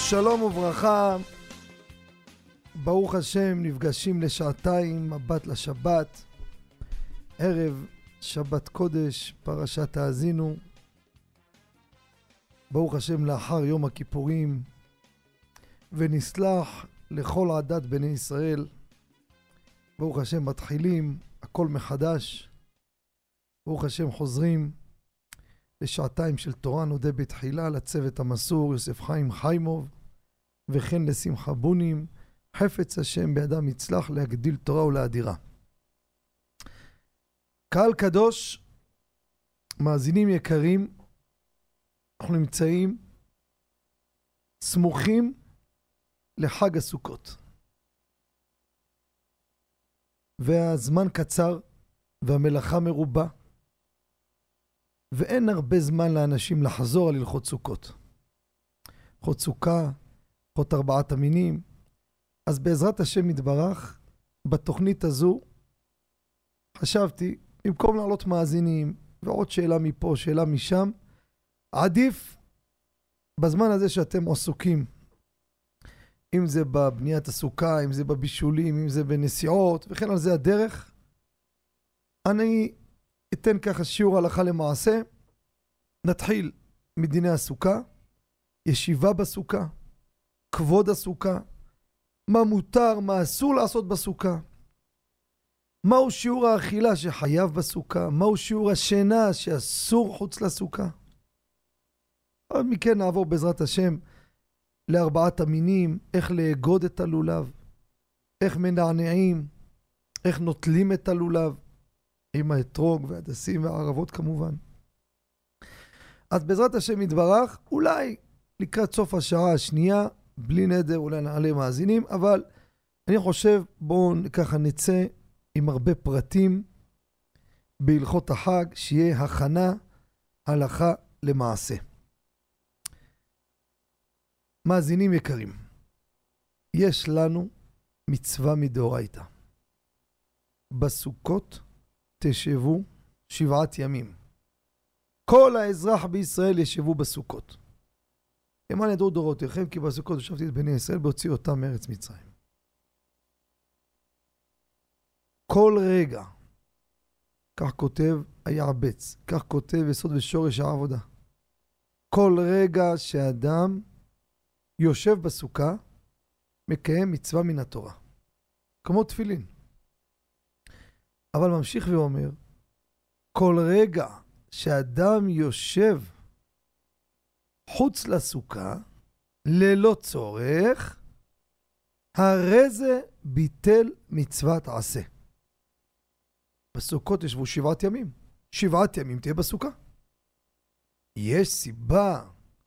שלום וברכה, ברוך השם, נפגשים לשעתיים, מבט לשבת, ערב שבת קודש, פרשת האזינו. ברוך השם לאחר יום הכיפורים, ונסלח לכל עדת בני ישראל. ברוך השם מתחילים הכל מחדש, ברוך השם חוזרים לשעתיים של תורה. נודה בתחילה לצוות המסור יוסף חיים חיימוב וכן לשמחה בונים, חפץ השם בידם יצלח להגדיל תורה ולאדירה. קהל קדוש, מאזינים יקרים, אנחנו נמצאים סמוכים לחג הסוכות, והזמן קצר והמלאכה מרובה, ואין הרבה זמן לאנשים לחזור על הלכות סוכות, הלכות סוכה, הלכות ארבעת המינים. אז בעזרת השם יתברך, בתוכנית הזו חשבתי, במקום לעלות מאזינים ועוד שאלה מפה, שאלה משם, עדיף בזמן הזה שאתם עסוקים, אם זה בבניית הסוכה, אם זה בבישולים, אם זה בנסיעות וכן על זה הדרך, אני אתן ככה שיעור הלכה למעשה. נתחיל מדיני הסוכה, ישיבה בסוכה, כבוד הסוכה, מה מותר, מה אסור לעשות בסוכה, מהו שיעור האכילה שחייב בסוכה, מהו שיעור השינה שאסור חוץ לסוכה. עוד מכן נעבור בעזרת השם לארבעת המינים, איך לאגוד את הלולב, איך מנענעים, איך נוטלים את הלולב, עם האתרוג והדסים והערבות כמובן. אז בעזרת השם יתברך, אולי לקראת סוף השעה השנייה, בלי נדר, אולי נעלה מאזינים, אבל אני חושב בואו ככה נצא עם הרבה פרטים בהלכות החג, שיהיה הכנה הלכה למעשה. מאזינים יקרים, יש לנו מצווה מדאורייתא. בסוכות תשבו 7 ימים. כל האזרח בישראל ישבו בסוכות. למען ידעו דורותיכם, כי בסוכות ישבתי את בני ישראל בהוציא אותם מארץ מצרים. כל רגע, כך כותב היעבץ, כך כותב יסוד ושורש העבודה. כל רגע שאדם יושב בסוכה, מקיים מצווה מן התורה. כמו תפילין. אבל ממשיך ואומר, כל רגע שאדם יושב חוץ לסוכה, ללא צורך, הרי זה ביטל מצוות עשה. בסוכות ישבו 7 ימים. 7 ימים תהיה בסוכה. יש סיבה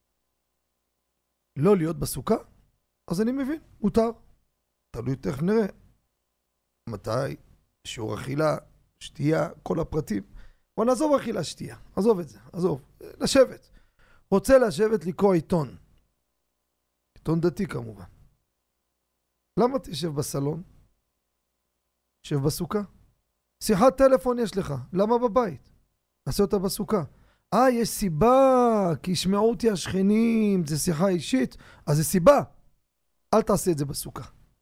לא להיות בסוכה? אז אני מבין, מותר. תלוי תכף נראה. מתי? שיעור אכילה, שתייה, כל הפרטים. בוא נעזוב אכילה, שתייה. עזוב את זה, עזוב. לשבת. רוצה לשבת לקרוא עיתון. עיתון דתי כמובן. למה תשב בסלון? תשב בסוכה. שיחת טלפון יש לך. למה בבית? עשה אותה בסוכה. יש סיבה, כי ישמעו אותי השכנים, זה שיחה אישית, אז זה סיבה. אל תעשה את זה בסוכה.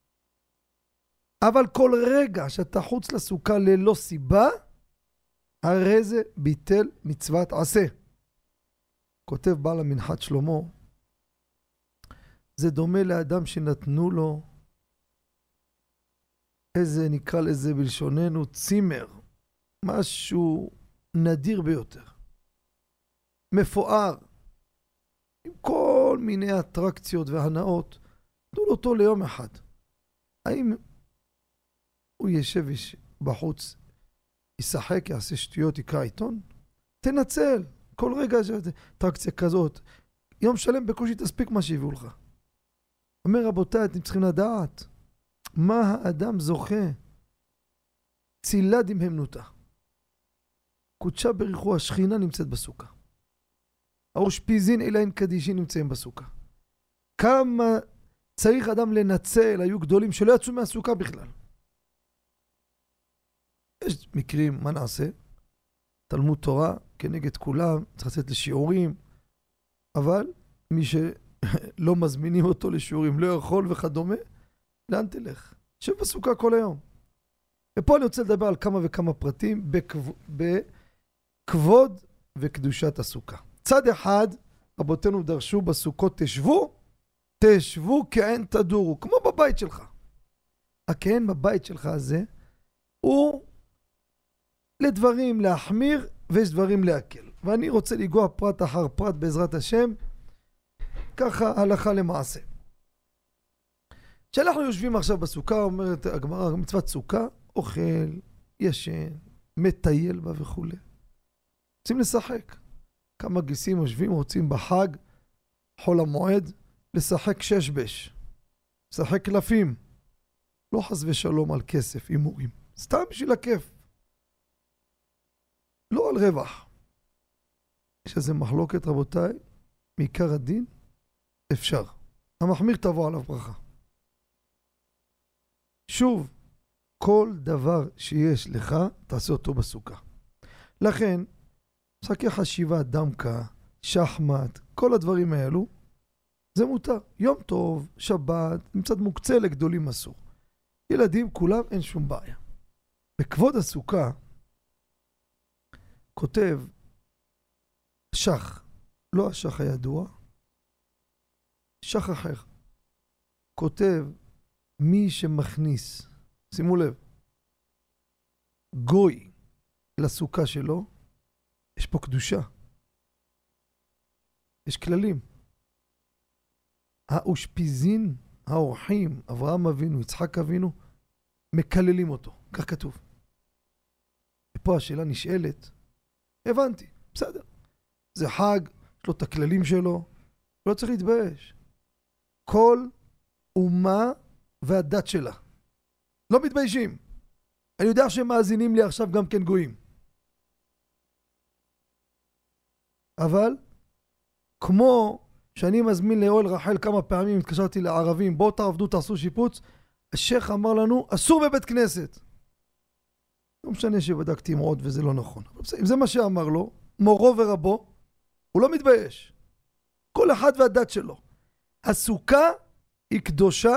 אבל כל רגע שאתה חוץ לסוכה ללא סיבה, הרי זה ביטל מצוות עשה. כותב בעל המנחת שלמה, זה דומה לאדם שנתנו לו איזה, נקרא לזה בלשוננו, צימר, משהו נדיר ביותר, מפואר, עם כל מיני אטרקציות והנאות, תנו לו אותו ליום אחד. האם הוא ישב בחוץ, ישחק, יעשה שטויות, יקרא עיתון? תנצל, כל רגע אטרקציה כזאת, יום שלם בקושי תספיק מה שהביאו לך. אומר רבותיי, אתם צריכים לדעת, מה האדם זוכה? צילה דמהמנותה. קודשה בריחו, השכינה נמצאת בסוכה. האושפיזין אלין קדישין נמצאים בסוכה. כמה צריך אדם לנצל, היו גדולים שלא יצאו מהסוכה בכלל. יש מקרים, מה נעשה? תלמוד תורה כנגד כולם, צריך לצאת לשיעורים, אבל מי לא מזמינים אותו לשיעורים, לא יכול וכדומה, לאן תלך? יושב בסוכה כל היום. ופה אני רוצה לדבר על כמה וכמה פרטים בכבוד וקדושת הסוכה. צד אחד, רבותינו דרשו בסוכות תשבו כעין תדורו, כמו בבית שלך. הכעין בבית שלך הזה, הוא לדברים להחמיר ויש דברים להקל. ואני רוצה לגוע פרט אחר פרט בעזרת השם, ככה הלכה למעשה. כשאנחנו יושבים עכשיו בסוכה, אומרת הגמרא, מצוות סוכה, אוכל, ישן, מטייל בה וכו'. רוצים לשחק. כמה גיסים יושבים, רוצים בחג, חול המועד, לשחק ששבש. לשחק קלפים. לא חס ושלום על כסף, הימורים. סתם בשביל הכיף. לא על רווח. יש איזה מחלוקת, רבותיי, מעיקר הדין, אפשר. המחמיר תבוא עליו ברכה. שוב, כל דבר שיש לך, תעשה אותו בסוכה. לכן, משחקי חשיבה, דמקה, שחמט, כל הדברים האלו, זה מותר. יום טוב, שבת, מצד מוקצה לגדולים אסור. ילדים, כולם, אין שום בעיה. בכבוד הסוכה, כותב שח, לא השח הידוע, שח אחר. כותב מי שמכניס, שימו לב, גוי לסוכה שלו, יש פה קדושה. יש כללים. האושפיזין, האורחים, אברהם אבינו, יצחק אבינו, מקללים אותו. כך כתוב. ופה השאלה נשאלת, הבנתי, בסדר. זה חג, יש לו את הכללים שלו, לא צריך להתבייש. כל אומה והדת שלה. לא מתביישים. אני יודע שהם מאזינים לי עכשיו גם כן גויים. אבל, כמו שאני מזמין לאוהל רחל כמה פעמים, התקשרתי לערבים, בואו תעבדו, תעשו שיפוץ, השייך אמר לנו, אסור בבית כנסת. לא משנה שבדקתי עם עוד וזה לא נכון. אם זה מה שאמר לו, מורו ורבו, הוא לא מתבייש. כל אחד והדת שלו. הסוכה היא קדושה,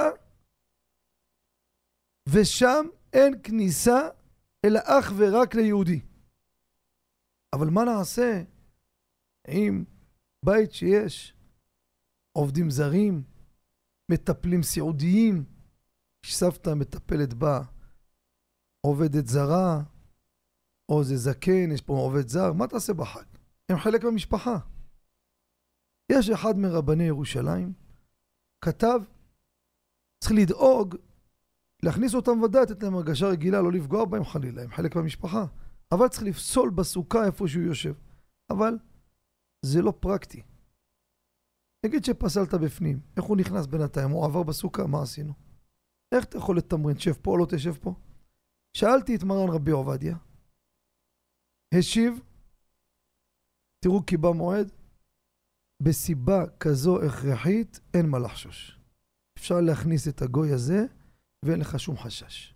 ושם אין כניסה אלא אך ורק ליהודי. אבל מה נעשה עם בית שיש עובדים זרים, מטפלים סיעודיים, סבתא מטפלת בה, עובדת זרה, או זה זקן, יש פה עובד זר, מה תעשה בחג? הם חלק מהמשפחה. יש אחד מרבני ירושלים, כתב, צריך לדאוג, להכניס אותם ודאי, לתת להם הרגשה רגילה, לא לפגוע בהם חלילה, הם חלק מהמשפחה. אבל צריך לפסול בסוכה איפה שהוא יושב. אבל זה לא פרקטי. נגיד שפסלת בפנים, איך הוא נכנס בינתיים? הוא עבר בסוכה, מה עשינו? איך אתה יכול לתמרן? תשב פה או לא תשב פה? שאלתי את מרן רבי עובדיה, השיב, תראו כי במועד, בסיבה כזו הכרחית אין מה לחשוש. אפשר להכניס את הגוי הזה ואין לך שום חשש.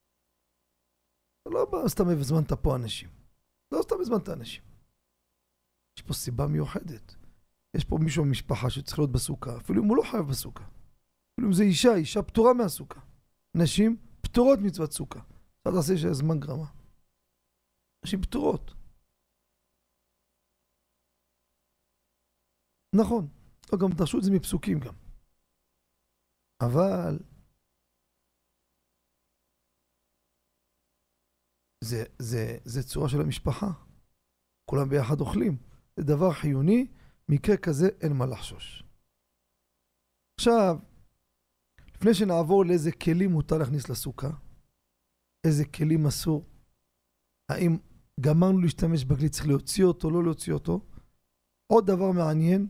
לא סתם הזמנת פה אנשים. לא סתם הזמנת אנשים. יש פה סיבה מיוחדת. יש פה מישהו במשפחה שצריך להיות בסוכה, אפילו אם הוא לא חייב בסוכה. אפילו אם זה אישה פטורה מהסוכה. נשים פטורות מצוות סוכה. אתה תעשה שהזמן גרמה. נשים פטורות. נכון. לא, גם דרשו את זה מפסוקים גם. אבל זה צורה של המשפחה. כולם ביחד אוכלים. זה דבר חיוני, מקרה כזה אין מה לחשוש. עכשיו, לפני שנעבור לאיזה כלים מותר להכניס לסוכה, איזה כלים אסור, האם גמרנו להשתמש בכלי, צריך להוציא אותו, לא להוציא אותו, עוד דבר מעניין,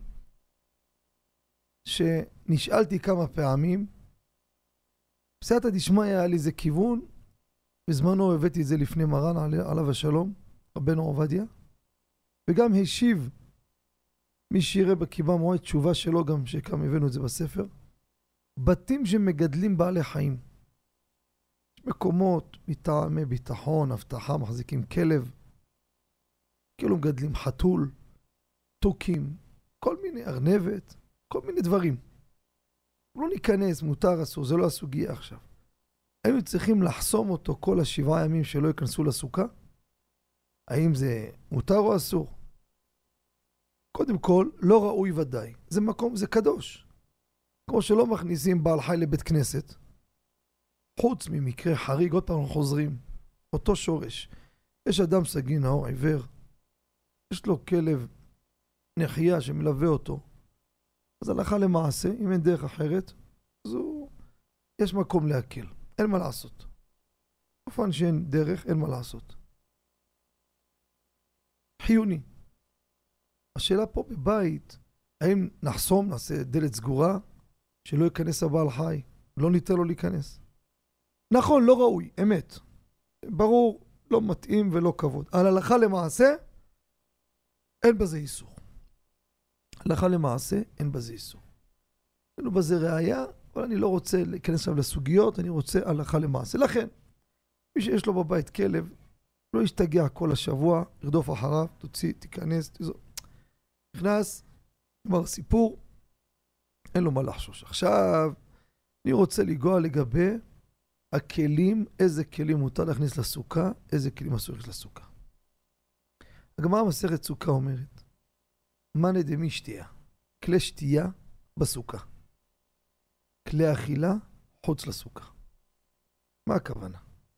שנשאלתי כמה פעמים, בסייעתא דשמיא היה לי איזה כיוון, בזמנו הבאתי את זה לפני מרן עליו השלום, רבנו עובדיה, וגם השיב מי שיראה בקיבה מועד תשובה שלו, גם שכם הבאנו את זה בספר, בתים שמגדלים בעלי חיים. יש מקומות מטעמי ביטחון, הבטחה, מחזיקים כלב, כאילו מגדלים חתול, תוכים, כל מיני ארנבת, כל מיני דברים. לא ניכנס, מותר, אסור, זה לא הסוגיה עכשיו. היינו צריכים לחסום אותו כל 7 ימים שלא ייכנסו לסוכה? האם זה מותר או אסור? קודם כל, לא ראוי ודאי. זה מקום, זה קדוש. כמו שלא מכניסים בעל חי לבית כנסת, חוץ ממקרה חריג, עוד פעם חוזרים, אותו שורש. יש אדם סגין, נאור, עיוור, יש לו כלב נחייה שמלווה אותו, אז הלכה למעשה, אם אין דרך אחרת, אז יש מקום להקל, אין מה לעשות. אופן שאין דרך, אין מה לעשות. חיוני. השאלה פה בבית, האם נחסום, נעשה דלת סגורה, שלא ייכנס הבעל חי, לא ניתן לו להיכנס. נכון, לא ראוי, אמת. ברור, לא מתאים ולא כבוד. על הלכה למעשה, אין בזה איסור. הלכה למעשה, אין בזה איסור. אין בזה ראייה, אבל אני לא רוצה להיכנס עכשיו לסוגיות, אני רוצה הלכה למעשה. לכן, מי שיש לו בבית כלב, לא ישתגע כל השבוע, ירדוף אחריו, תוציא, תיכנס, תזור. נכנס, כבר סיפור, אין לו מה לחשוש. עכשיו, אני רוצה לגוע לגבי הכלים, איזה כלים מותר להכניס לסוכה, איזה כלים אסור להכניס לסוכה. הגמרא מסכת סוכה אומרת, מנא דמי שתייה, כלי שתייה בסוכה, כלי אכילה חוץ לסוכה. מה הכוונה?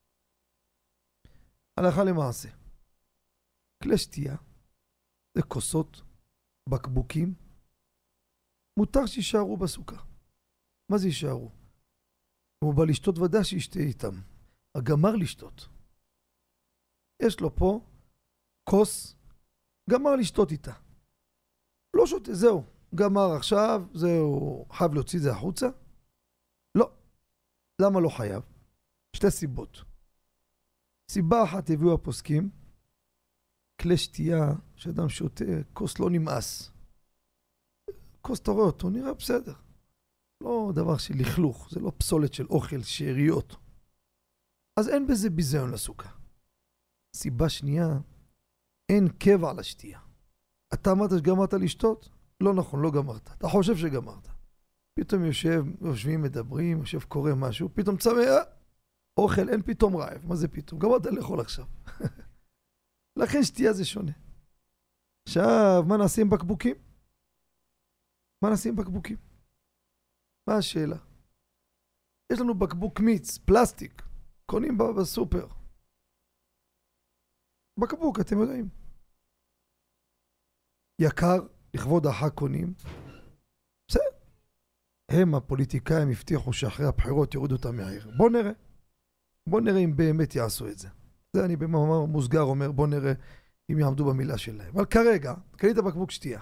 הלכה למעשה, כלי שתייה זה כוסות, בקבוקים, מותר שישארו בסוכה. מה זה יישארו? אם הוא בא לשתות ודאי שישתה איתם. הגמר לשתות. יש לו פה כוס, גמר לשתות איתה. לא שותה, זהו. גמר עכשיו, זהו, חייב להוציא את זה החוצה? לא. למה לא חייב? 2 סיבות. סיבה אחת הביאו הפוסקים, כלי שתייה שאדם שותה, כוס לא נמאס. כוס אתה רואה אותו, נראה בסדר. לא דבר של לכלוך, זה לא פסולת של אוכל, שאריות. אז אין בזה ביזיון לסוכה. סיבה שנייה, אין קבע לשתייה. אתה אמרת שגמרת לשתות? לא נכון, לא גמרת. אתה חושב שגמרת. פתאום יושבים, מדברים, יושב קורא משהו, פתאום צמא, אוכל, אין פתאום רעב. מה זה פתאום? גמרת לאכול עכשיו. לכן שתייה זה שונה. עכשיו, מה נעשה עם בקבוקים? מה נעשה עם בקבוקים? מה השאלה? יש לנו בקבוק מיץ, פלסטיק, קונים בסופר. בקבוק, אתם יודעים. יקר, לכבוד החג קונים. בסדר. הם, הפוליטיקאים, הבטיחו שאחרי הבחירות יורידו אותם מהעיר. בוא נראה אם באמת יעשו את זה. זה אני במאמר מוסגר אומר, בוא נראה אם יעמדו במילה שלהם. אבל כרגע, קנית בקבוק שתייה.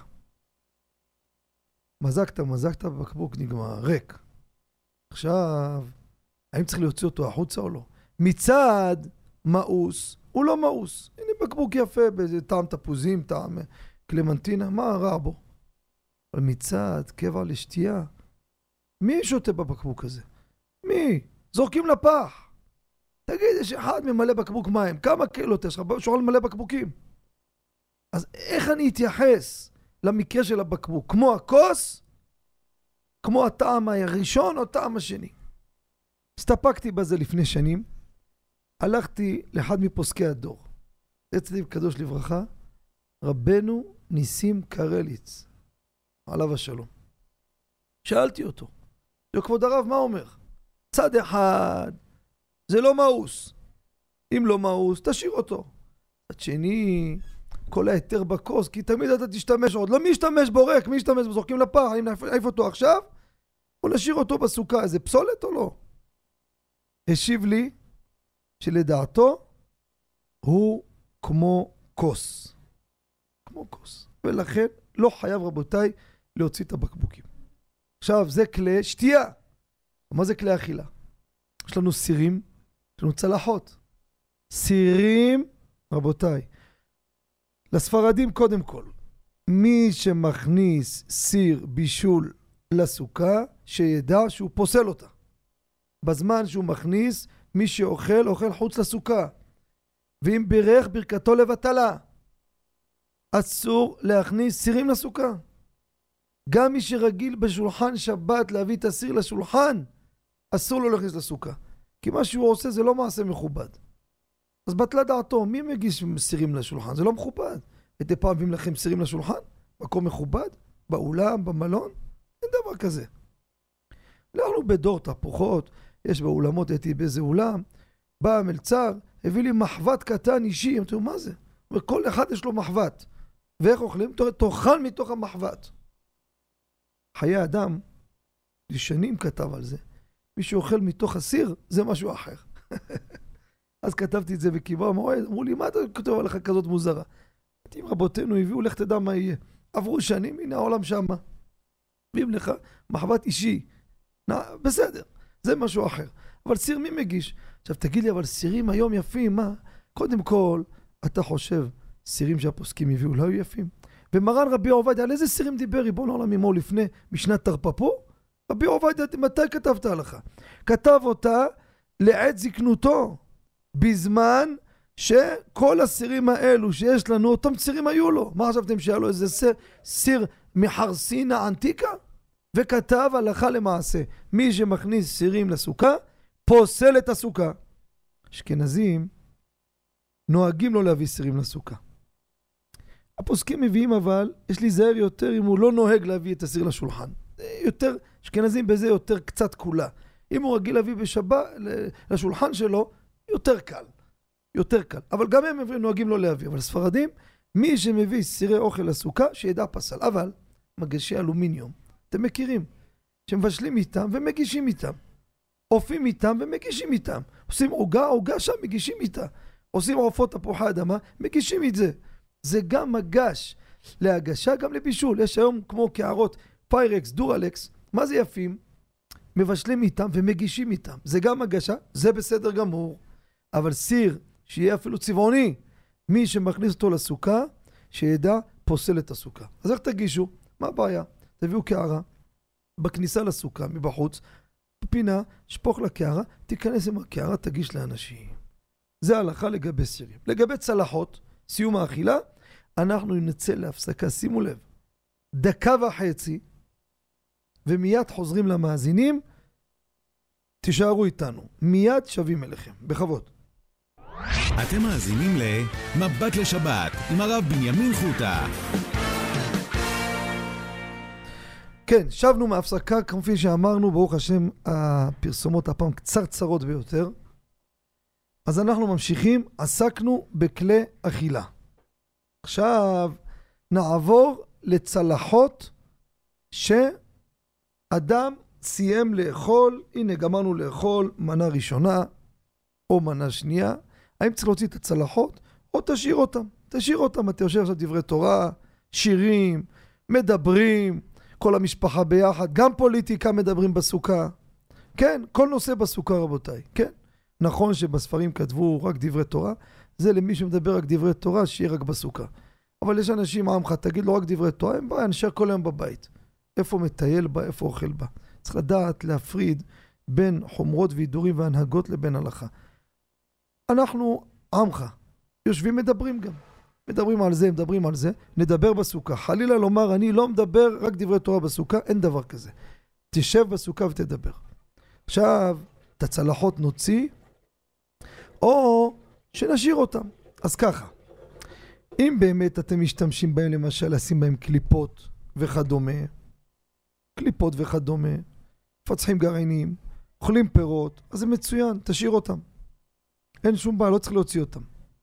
מזקת, בקבוק נגמר, ריק. עכשיו, האם צריך להוציא אותו החוצה או לא? מצד מאוס, הוא לא מאוס. הנה בקבוק יפה, באיזה טעם תפוזים, טעם קלמנטינה, מה רע בו? אבל מצד קבע לשתייה, מי שותה בבקבוק הזה? מי? זורקים לפח. תגיד, יש אחד ממלא בקבוק מים, כמה קילו יש לך? שואל מלא בקבוקים. אז איך אני אתייחס למקרה של הבקבוק? כמו הכוס? כמו הטעם הראשון או טעם השני? הסתפקתי בזה לפני שנים, הלכתי לאחד מפוסקי הדור, צדיק קדוש לברכה, רבנו ניסים קרליץ, עליו השלום. שאלתי אותו, כבוד הרב, מה אומר? צד אחד, זה לא מאוס. אם לא מאוס, תשאיר אותו. צד שני, כל היתר בכוס, כי תמיד אתה תשתמש עוד. לא מי ישתמש בו ריק, מי ישתמש בו, זורקים לפח, האם נעיף אותו עכשיו? או נשאיר אותו בסוכה, איזה פסולת או לא? השיב לי שלדעתו הוא כמו כוס. כמו כוס. ולכן לא חייב רבותיי להוציא את הבקבוקים. עכשיו זה כלי שתייה. מה זה כלי אכילה? יש לנו סירים, יש לנו צלחות. סירים, רבותיי, לספרדים קודם כל, מי שמכניס סיר בישול לסוכה, שידע שהוא פוסל אותה. בזמן שהוא מכניס, מי שאוכל, אוכל חוץ לסוכה. ואם בירך ברכתו לבטלה, אסור להכניס סירים לסוכה. גם מי שרגיל בשולחן שבת להביא את הסיר לשולחן, אסור לו להכניס לסוכה. כי מה שהוא עושה זה לא מעשה מכובד. אז בטלה דעתו, מי מגיש סירים לשולחן? זה לא מכובד. אתם פעם מביאים לכם סירים לשולחן? מקום מכובד? באולם, במלון? אין דבר כזה. אנחנו בדור תפוחות, יש באולמות, הייתי באיזה אולם, בא המלצר, הביא לי מחבת קטן אישי, אמרתי לו, מה זה? וכל אחד יש לו מחבת. ואיך אוכלים? תאכל מתוך המחבת. חיי אדם, שנים כתב על זה. מי שאוכל מתוך הסיר, זה משהו אחר. אז כתבתי את זה בקיבה, אמרו לי, מה אתה כותב עליך כזאת מוזרה? אם רבותינו הביאו, לך תדע מה יהיה. עברו שנים, הנה העולם שמה. מביאים לך מחבת אישי. בסדר, זה משהו אחר. אבל סיר מי מגיש? עכשיו תגיד לי, אבל סירים היום יפים, מה? קודם כל, אתה חושב, סירים שהפוסקים הביאו לא היו יפים? ומרן רבי עובדיה, על איזה סירים דיבר ריבון העולם עמו לפני משנת תרפפו? רבי עובדיה, מתי כתבת הלכה? כתב אותה לעת זקנותו, בזמן שכל הסירים האלו שיש לנו, אותם סירים היו לו. מה חשבתם שהיה לו איזה סיר מחרסינה ענתיקה? וכתב הלכה למעשה, מי שמכניס סירים לסוכה, פוסל את הסוכה. אשכנזים נוהגים לא להביא סירים לסוכה. הפוסקים מביאים אבל, יש לי זהר יותר אם הוא לא נוהג להביא את הסיר לשולחן. יותר, אשכנזים בזה יותר קצת כולה. אם הוא רגיל להביא בשבת לשולחן שלו, יותר קל. יותר קל. אבל גם הם נוהגים לא להביא. אבל ספרדים, מי שמביא סירי אוכל לסוכה, שידע פסל. אבל מגשי אלומיניום, אתם מכירים, שמבשלים איתם ומגישים איתם. עופים איתם ומגישים איתם. עושים עוגה שם, מגישים איתה. עושים עופות תפוחי אדמה, מגישים את זה. זה גם מגש להגשה, גם לבישול. יש היום כמו קערות פיירקס, דורלקס, מה זה יפים? מבשלים איתם ומגישים איתם. זה גם הגשה, זה בסדר גמור. אבל סיר שיהיה אפילו צבעוני, מי שמכניס אותו לסוכה, שידע פוסל את הסוכה. אז איך תגישו? מה הבעיה? תביאו קערה בכניסה לסוכה מבחוץ, בפינה, שפוך לקערה, תיכנס עם הקערה, תגיש לאנשים. זה ההלכה לגבי סירים. לגבי צלחות, סיום האכילה, אנחנו נצא להפסקה, שימו לב, 1.5 דקות, ומיד חוזרים למאזינים, תישארו איתנו, מיד שווים אליכם, בכבוד. אתם מאזינים למבט לשבת עם הרב בנימין חוטה. כן, שבנו מהפסקה, כפי שאמרנו, ברוך השם, הפרסומות הפעם קצרצרות ביותר. אז אנחנו ממשיכים, עסקנו בכלי אכילה. עכשיו נעבור לצלחות שאדם סיים לאכול, הנה גמרנו לאכול מנה ראשונה או מנה שנייה, האם צריך להוציא את הצלחות או תשאיר אותם? תשאיר אותם, אתה יושב עכשיו דברי תורה, שירים, מדברים, כל המשפחה ביחד, גם פוליטיקה מדברים בסוכה. כן, כל נושא בסוכה רבותיי, כן. נכון שבספרים כתבו רק דברי תורה, זה למי שמדבר רק דברי תורה, שיהיה רק בסוכה. אבל יש אנשים עמך, תגיד לו רק דברי תורה, הם באים, נשאר כל היום בבית. איפה מטייל בה, איפה אוכל בה. צריך לדעת להפריד בין חומרות וידורים והנהגות לבין הלכה. אנחנו עמך, יושבים מדברים גם. מדברים על זה, מדברים על זה, נדבר בסוכה. חלילה לומר, אני לא מדבר רק דברי תורה בסוכה, אין דבר כזה. תשב בסוכה ותדבר. עכשיו, את הצלחות נוציא, או שנשאיר אותם. אז ככה, אם באמת אתם משתמשים בהם למשל, לשים בהם קליפות וכדומה, פצחים גרעינים, אוכלים פירות, אז זה מצוין, תשאיר אותם. אין שום בעיה, לא צריך להוציא אותם.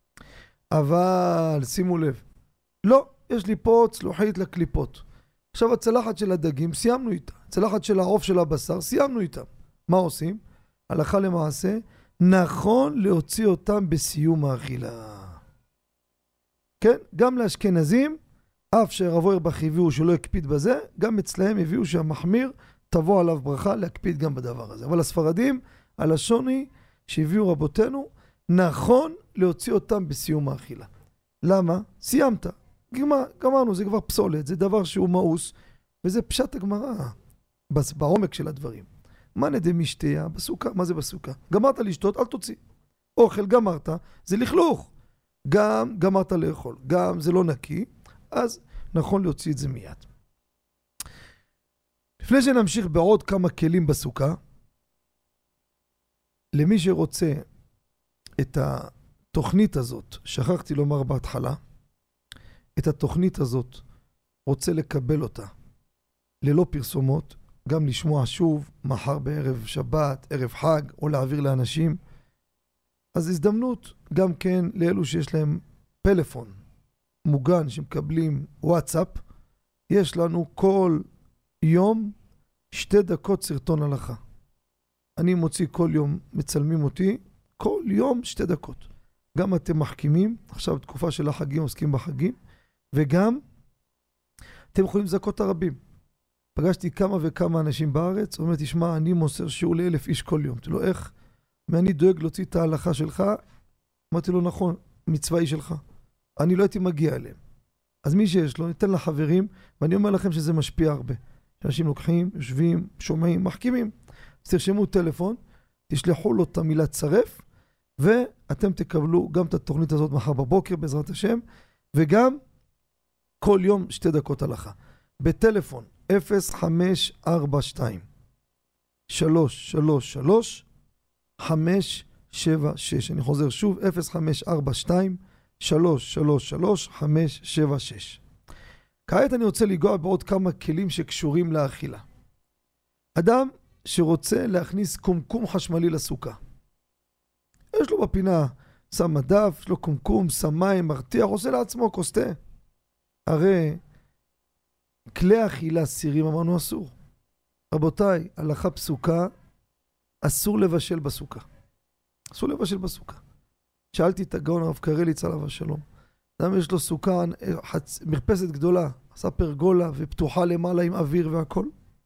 אבל שימו לב, לא, יש לי פה צלוחית לקליפות. עכשיו הצלחת של הדגים, סיימנו איתה. הצלחת של העוף של הבשר, סיימנו איתה. מה עושים? הלכה למעשה, נכון להוציא אותם בסיום האכילה. כן? גם לאשכנזים, אף שהרב אוירבך הביאו שלא יקפיד בזה, גם אצלהם הביאו שהמחמיר תבוא עליו ברכה להקפיד גם בדבר הזה. אבל הספרדים, הלשון היא שהביאו רבותינו, נכון להוציא אותם בסיום האכילה. למה? סיימת. גמרנו, זה כבר פסולת, זה דבר שהוא מאוס, וזה פשט הגמרא בעומק של הדברים. מה נדה משתיה? בסוכה. מה זה בסוכה? גמרת לשתות, אל תוציא. אוכל גמרת, זה לכלוך. גם גמרת לאכול, גם זה לא נקי, אז נכון להוציא את זה מיד. לפני שנמשיך בעוד כמה כלים בסוכה, למי שרוצה את התוכנית הזאת, שכחתי לומר בהתחלה, את התוכנית הזאת רוצה לקבל אותה ללא פרסומות, גם לשמוע שוב מחר בערב שבת, ערב חג, או להעביר לאנשים, אז הזדמנות גם כן לאלו שיש להם פלאפון מוגן שמקבלים וואטסאפ, יש לנו כל יום 2 דקות סרטון הלכה. אני מוציא כל יום, מצלמים אותי, כל יום 2 דקות. גם אתם מחכימים, עכשיו תקופה של החגים, עוסקים בחגים, וגם אתם יכולים לזכות הרבים. פגשתי כמה וכמה אנשים בארץ, אומר, תשמע, אני מוסר שיעור ל1,000 איש כל יום. תראו, איך? ואני דואג להוציא את ההלכה שלך, אמרתי לו, נכון, מצווה היא שלך. אני לא הייתי מגיע אליהם. אז מי שיש לו, ניתן לחברים, ואני אומר לכם שזה משפיע הרבה. אנשים לוקחים, יושבים, שומעים, מחכימים. אז תרשמו טלפון, תשלחו לו את המילה צרף, ואתם תקבלו גם את התוכנית הזאת מחר בבוקר, בעזרת השם, וגם כל יום 2 דקות הלכה. בטלפון 0542 333 576. אני חוזר שוב, 0542 333 576. כעת אני רוצה לגוע בעוד כמה כלים שקשורים לאכילה. אדם שרוצה להכניס קומקום חשמלי לסוכה. יש לו בפינה, שם מדף, יש לו קומקום, שם מים, מרתיח, עושה לעצמו כוס תה. הרי כלי אכילה סירים אמרנו אסור. רבותיי, הלכה פסוקה, אסור לבשל בסוכה. אסור לבשל בסוכה. שאלתי את הגאון הרב קרליץ עליו השלום. אדם יש לו סוכה, מרפסת גדולה, עשה פרגולה ופתוחה למעלה עם אוויר והכל.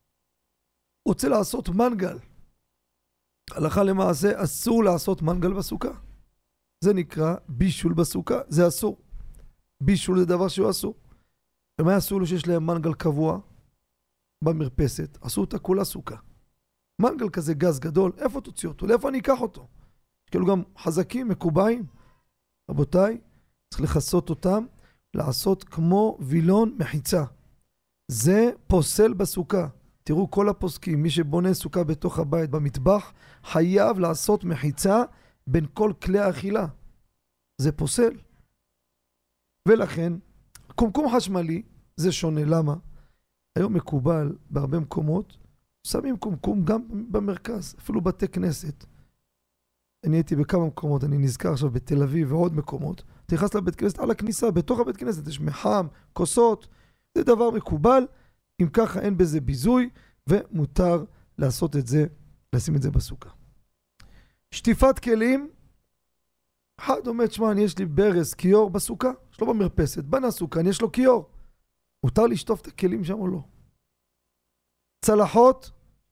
רוצה לעשות מנגל. הלכה למעשה אסור לעשות מנגל בסוכה. זה נקרא בישול בסוכה, זה אסור. בישול זה דבר שהוא אסור. ומה אסור לו שיש להם מנגל קבוע במרפסת? אסור אותה כולה סוכה. מנגל כזה גז גדול, איפה תוציא אותו? לאיפה אני אקח אותו? כאילו גם חזקים, מקובעים. רבותיי, צריך לחסות אותם, לעשות כמו וילון מחיצה. זה פוסל בסוכה. תראו כל הפוסקים, מי שבונה סוכה בתוך הבית, במטבח, חייב לעשות מחיצה בין כל כלי האכילה. זה פוסל. ולכן, קומקום חשמלי, זה שונה. למה? היום מקובל בהרבה מקומות, שמים קומקום גם במרכז, אפילו בתי כנסת. אני הייתי בכמה מקומות, אני נזכר עכשיו בתל אביב ועוד מקומות. תיכנס לבית כנסת על הכניסה, בתוך הבית כנסת יש מחם, כוסות, זה דבר מקובל. אם ככה אין בזה ביזוי, ומותר לעשות את זה, לשים את זה בסוכה. שטיפת כלים, אחד אומר, שמה, יש לי ברז, קיור בסוכה, יש לו במרפסת, בנה סוכה, יש לו קיור. מותר לשטוף את הכלים שם או לא? צלחות,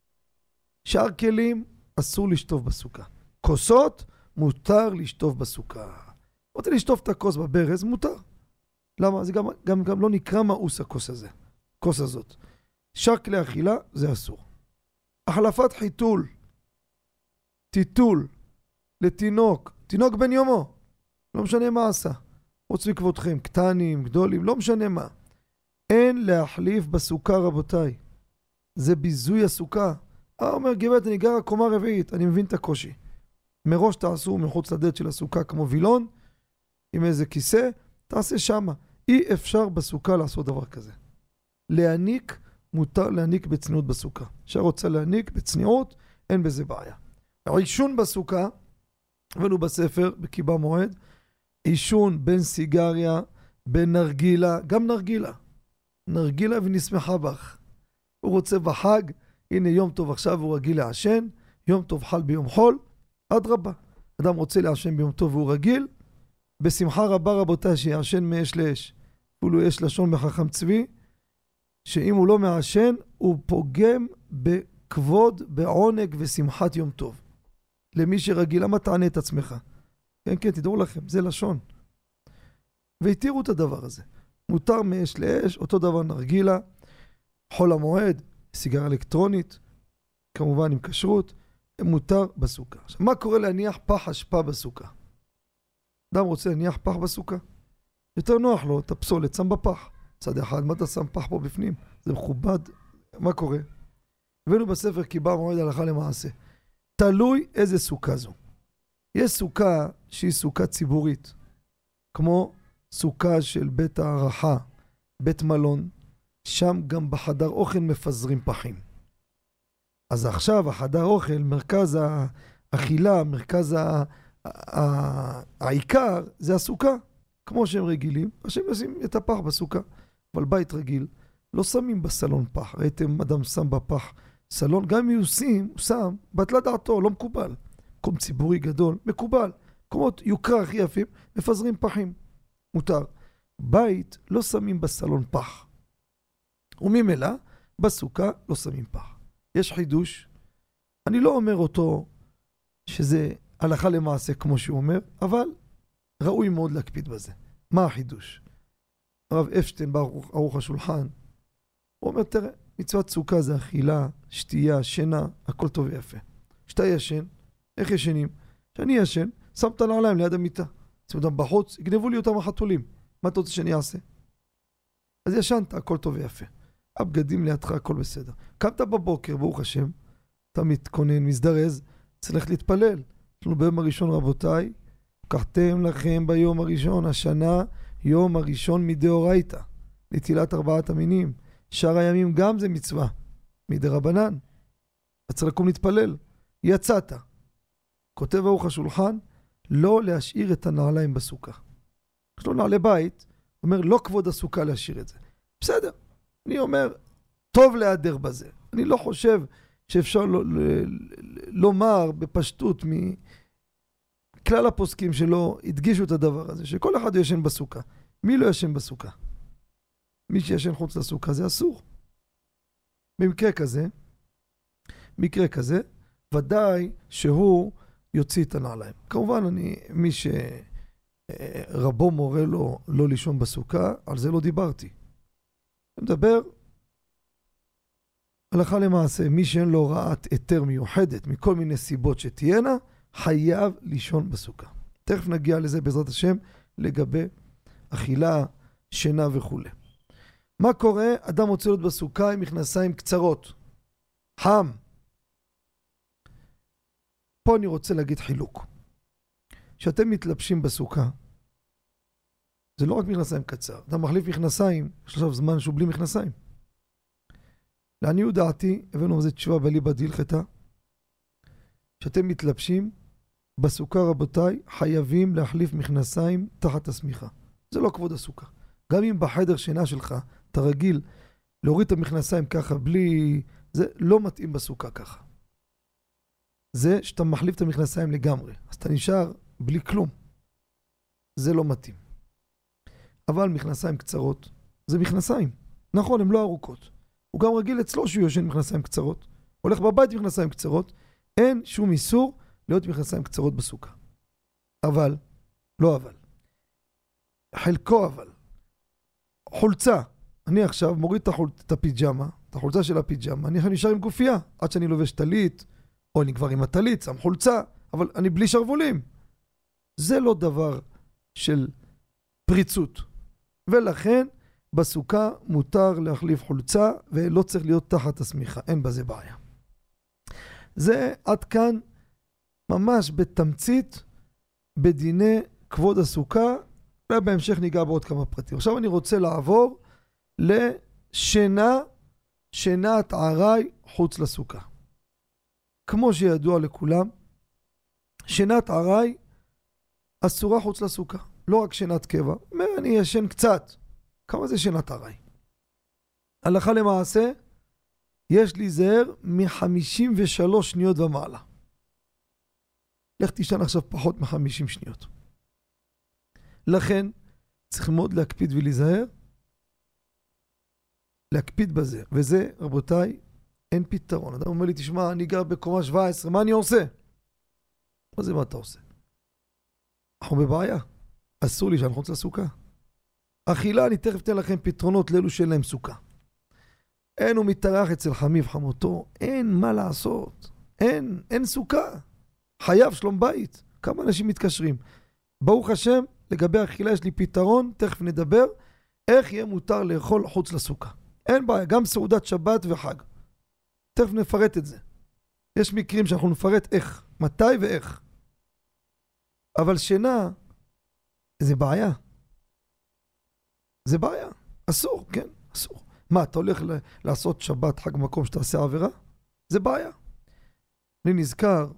שאר כלים, אסור לשטוף בסוכה. כוסות, מותר לשטוף בסוכה. רוצה לשטוף את הכוס בברז, מותר. למה? זה גם לא נקרא מאוס הכוס הזה. כוס הזאת. שאר כלי אכילה, זה אסור. החלפת חיתול, טיטול, לתינוק, תינוק בן יומו, לא משנה מה עשה. רוצה לכבודכם, קטנים, גדולים, לא משנה מה. אין להחליף בסוכה, רבותיי. זה ביזוי הסוכה. אומר, גברת, אני גר קומה רביעית, אני מבין את הקושי. מראש תעשו מחוץ לדלת של הסוכה כמו וילון, עם איזה כיסא, תעשה שמה. אי אפשר בסוכה לעשות דבר כזה. להניק, מותר להניק בצניעות בסוכה. שרוצה להניק בצניעות, אין בזה בעיה. עישון בסוכה, הבאנו בספר, בקיבה מועד, עישון בין סיגריה, בין נרגילה, גם נרגילה. נרגילה ונשמחה בך. הוא רוצה בחג, הנה יום טוב עכשיו הוא רגיל לעשן, יום טוב חל ביום חול, עד רבה. אדם רוצה לעשן ביום טוב והוא רגיל, בשמחה רבה רבותה שיעשן מאש לאש. אפילו יש לשון בחכם צבי, שאם הוא לא מעשן, הוא פוגם בכבוד, בעונג ושמחת יום טוב. למי שרגיל, למה תענה את עצמך? כן, כן, תדעו לכם, זה לשון. והתירו את הדבר הזה. מותר מאש לאש, אותו דבר נרגילה, חול המועד, סיגריה אלקטרונית, כמובן עם כשרות, מותר בסוכה. עכשיו, מה קורה להניח פח אשפה בסוכה? אדם רוצה להניח פח בסוכה? יותר נוח לו, את הפסולת שם בפח. צד אחד, מה אתה שם פח פה בפנים? זה מכובד. מה קורה? הבאנו בספר קיבה מועד הלכה למעשה. תלוי איזה סוכה זו. יש סוכה שהיא סוכה ציבורית, כמו סוכה של בית הערכה, בית מלון, שם גם בחדר אוכל מפזרים פחים. אז עכשיו החדר אוכל, מרכז האכילה, מרכז העיקר, זה הסוכה. כמו שהם רגילים, השם ישים את הפח בסוכה. אבל בית רגיל, לא שמים בסלון פח. ראיתם אדם שם בפח סלון, גם אם הוא שם, בטלה דעתו, לא מקובל. מקום ציבורי גדול, מקובל. מקומות יוקרה הכי יפים, מפזרים פחים. מותר. בית לא שמים בסלון פח. וממילא, בסוכה לא שמים פח. יש חידוש, אני לא אומר אותו שזה הלכה למעשה כמו שהוא אומר, אבל ראוי מאוד להקפיד בזה. מה החידוש? הרב אפשטיין בערוך השולחן, הוא אומר, תראה, מצוות סוכה זה אכילה, שתייה, שינה, הכל טוב ויפה. שאתה ישן, איך ישנים? שאני ישן, שם את הנעליים ליד המיטה. שים אותם בחוץ, יגנבו לי אותם החתולים. מה אתה רוצה שאני אעשה? אז ישנת, הכל טוב ויפה. הבגדים לידך, הכל בסדר. קמת בבוקר, ברוך השם, אתה מתכונן, מזדרז, צריך להתפלל. יש לנו ביום הראשון, רבותיי, קחתם לכם ביום הראשון, השנה, יום הראשון מדאורייתא, נטילת 4 המינים. שאר הימים גם זה מצווה, מדרבנן. אתה צריך לקום להתפלל. יצאת. כותב ערוך השולחן, לא להשאיר את הנעליים בסוכה. יש לו נעלי בית, אומר, לא כבוד הסוכה להשאיר את זה. בסדר. אני אומר, טוב להיעדר בזה. אני לא חושב שאפשר לומר בפשטות מכלל הפוסקים שלא הדגישו את הדבר הזה, שכל אחד ישן בסוכה. מי לא ישן בסוכה? מי שישן חוץ לסוכה זה אסור. במקרה כזה, ודאי שהוא יוציא את הנעליים. כמובן, מי שרבו מורה לו לא לישון בסוכה, על זה לא דיברתי. אני מדבר הלכה למעשה, מי שאין לו הוראת היתר מיוחדת מכל מיני סיבות שתהיינה, חייב לישון בסוכה. תכף נגיע לזה בעזרת השם לגבי אכילה, שינה וכו'. מה קורה? אדם רוצה להיות בסוכה עם מכנסיים קצרות. חם. פה אני רוצה להגיד חילוק. כשאתם מתלבשים בסוכה, זה לא רק מכנסיים קצר. אתה מחליף מכנסיים, יש עכשיו זמן שהוא בלי מכנסיים. לעניות דעתי, הבאנו בזה תשובה בליבא דהלכתא, כשאתם מתלבשים בסוכה, רבותיי, חייבים להחליף מכנסיים תחת השמיכה. זה לא כבוד הסוכה. גם אם בחדר שינה שלך אתה רגיל להוריד את המכנסיים ככה בלי... זה לא מתאים בסוכה ככה. זה שאתה מחליף את המכנסיים לגמרי, אז אתה נשאר בלי כלום. זה לא מתאים. אבל מכנסיים קצרות זה מכנסיים. נכון, הן לא ארוכות. הוא גם רגיל אצלו שהוא יושן מכנסיים קצרות. הולך בבית מכנסיים קצרות. אין שום איסור להיות מכנסיים קצרות בסוכה. אבל, לא אבל. חלקו אבל. חולצה. אני עכשיו מוריד את הפיג'מה, את החולצה של הפיג'מה. אני נשאר עם גופייה. עד שאני לובש טלית, או אני כבר עם הטלית, שם חולצה. אבל אני בלי שרבולים. זה לא דבר של פריצות. ולכן, בסוכה מותר להחליף חולצה, ולא צריך להיות תחת השמיכה. אין בזה בעיה. זה עד כאן ממש בתמצית בדיני כבוד הסוכה, ובהמשך ניגע בעוד כמה פרטים. עכשיו אני רוצה לעבור שינת עראי חוץ לסוכה. כמו שידוע לכולם, שינת עראי אסורה חוץ לסוכה. לא רק שינת קבע. אני ישן קצת. כמה זה שינת עראי? הלכה למעשה, יש להיזהר מ-53 שניות ומעלה. לך תישן עכשיו פחות מ-50 שניות. לכן, צריך מאוד להקפיד ולהיזהר. להקפיד בזה. וזה, רבותיי, אין פתרון. אדם אומר לי, תשמע, אני גר בקומה 17, מה אני עושה? מה זה מה אתה עושה? אנחנו בבעיה. אסור לי שאני חוץ לסוכה. אכילה, אני תכף אתן לכם פתרונות לאלו שאין להם סוכה. אין הוא מתארח אצל חמיו חמותו, אין מה לעשות. אין סוכה. חייב שלום בית. כמה אנשים מתקשרים. ברוך השם, לגבי אכילה יש לי פתרון, תכף נדבר, איך יהיה מותר לאכול חוץ לסוכה. אין בעיה, גם סעודת שבת וחג. תכף נפרט את זה. יש מקרים שאנחנו נפרט איך, מתי ואיך. אבל שינה זה בעיה. זה בעיה. אסור, כן, אסור. מה, אתה הולך לעשות שבת חג מקום שתעשה עבירה? זה בעיה. אני נזכר,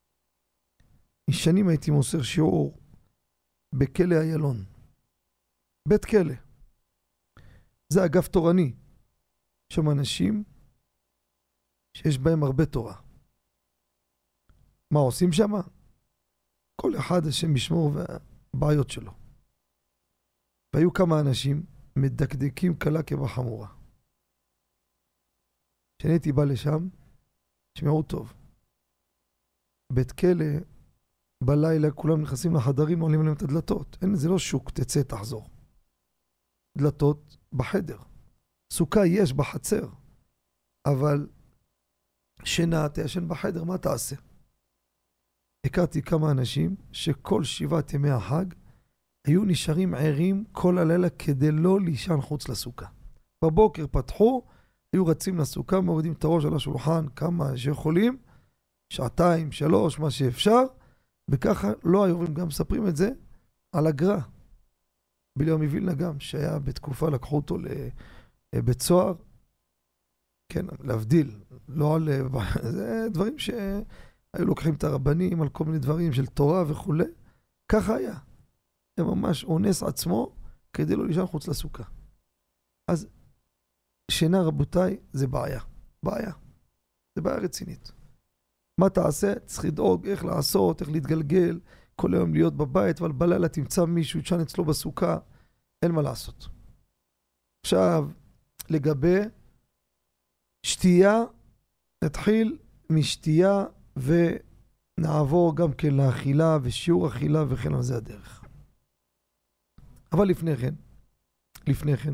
משנים הייתי מוסר שיעור בכלא איילון. בית כלא. זה אגף תורני. שם אנשים שיש בהם הרבה תורה. מה עושים שם? כל אחד השם ישמור והבעיות שלו. והיו כמה אנשים מדקדקים קלה כבחמורה. כשאני הייתי בא לשם, שמעו טוב. בית כלא, בלילה כולם נכנסים לחדרים, עולים להם את הדלתות. אין, זה לא שוק, תצא, תחזור. דלתות בחדר. סוכה יש בחצר. אבל שינה, תישן בחדר, מה תעשה? הכרתי כמה אנשים שכל 7 ימי החג היו נשארים ערים כל הלילה כדי לא לישן חוץ לסוכה. בבוקר פתחו, היו רצים לסוכה, מורידים את הראש על השולחן כמה שיכולים, 2, 3, מה שאפשר, וככה לא היו רואים, גם מספרים את זה על הגר"א. בליאור מווילנה גם, שהיה בתקופה, לקחו אותו לבית סוהר, כן, להבדיל, לא על... זה דברים שהיו לוקחים את הרבנים על כל מיני דברים של תורה וכו'. ככה היה. זה ממש אונס עצמו כדי לא לישון חוץ לסוכה. אז שינה, רבותיי, זה בעיה. בעיה. זה בעיה רצינית. מה תעשה? צריך לדאוג איך לעשות, איך להתגלגל, כל היום להיות בבית, אבל בלילה תמצא מישהו, ישן אצלו בסוכה, אין מה לעשות. עכשיו, לגבי שתייה, נתחיל משתייה ונעבור גם כן לאכילה ושיעור אכילה וכן על זה הדרך. אבל לפני כן,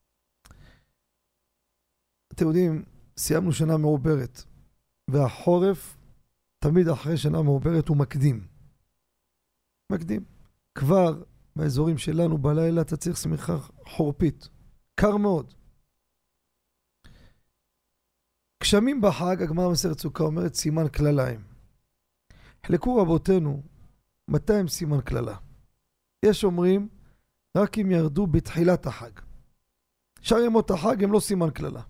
אתם יודעים, סיימנו שנה מעוברת, והחורף תמיד אחרי שנה מעוברת הוא מקדים. כבר באזורים שלנו בלילה אתה צריך שמיכה חורפית. קר מאוד. גשמים בחג, הגמרא במסכת סוכה אומרת סימן כלליים. חלקו רבותינו, מתי הם סימן כללה? יש אומרים, רק אם ירדו בתחילת החג. שאר ימות החג הם לא סימן כללה.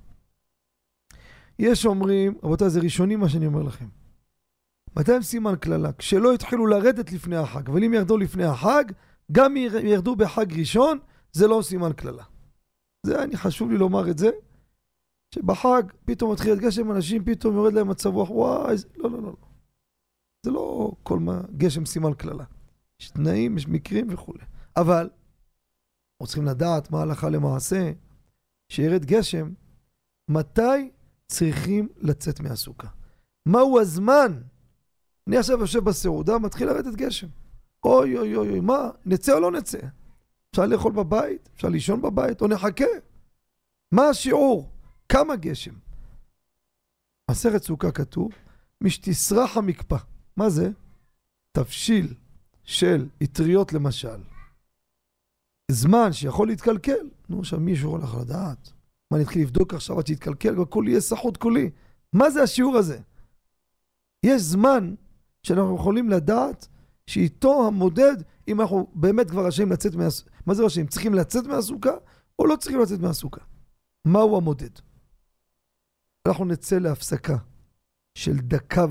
יש אומרים, רבותיי, זה ראשוני מה שאני אומר לכם. מתי הם סימן כללה? כשלא התחילו לרדת לפני החג, אבל אם ירדו לפני החג, גם ירדו בחג ראשון, זה לא סימן כללה. זה, חשוב לי לומר את זה, שבחג פתאום מתחיל גשם, אנשים פתאום יורד להם מצב רוח, וואי, לא. זה לא כל מה, גשם סימן כללה. יש תנאים, יש מקרים וכו'. אבל, אנחנו צריכים לדעת מה הלכה למעשה, שירד גשם, מתי צריכים לצאת מהסוכה? מהו הזמן? אני עכשיו יושב בסעודה, מתחיל לרדת גשם. אוי, מה? נצא או לא נצא? אפשר לאכול בבית? אפשר לישון בבית? או נחכה? מה השיעור? כמה גשם? מסכת סוכה כתוב, משתסרח המקפא. מה זה? תבשיל של אטריות למשל. זמן שיכול להתקלקל. נו, עכשיו מישהו הולך לדעת. מה, נתחיל לבדוק עכשיו עד שיתקלקל, והכל יהיה סחוט כולי. מה זה השיעור הזה? יש זמן שאנחנו יכולים לדעת שאיתו המודד, אם אנחנו באמת כבר רשאים לצאת מהסוכה. מה זה רשאים? צריכים לצאת מהסוכה או לא צריכים לצאת מהסוכה? מהו המודד? אנחנו נצא להפסקה של 1.5 דקה.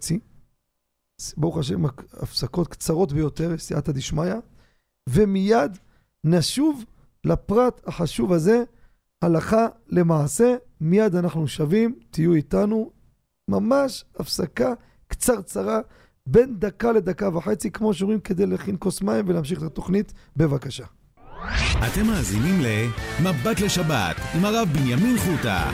ברוך השם, הפסקות קצרות ביותר, סייעתא דשמיא, ומיד נשוב לפרט החשוב הזה, הלכה למעשה, מיד אנחנו שווים, תהיו איתנו, ממש הפסקה קצרצרה, בין 1 דקה ל1.5 דקה, כמו שאומרים, כדי להכין כוס מים ולהמשיך את התוכנית, בבקשה. אתם מאזינים למבט לשבת עם הרב בנימין חוטה.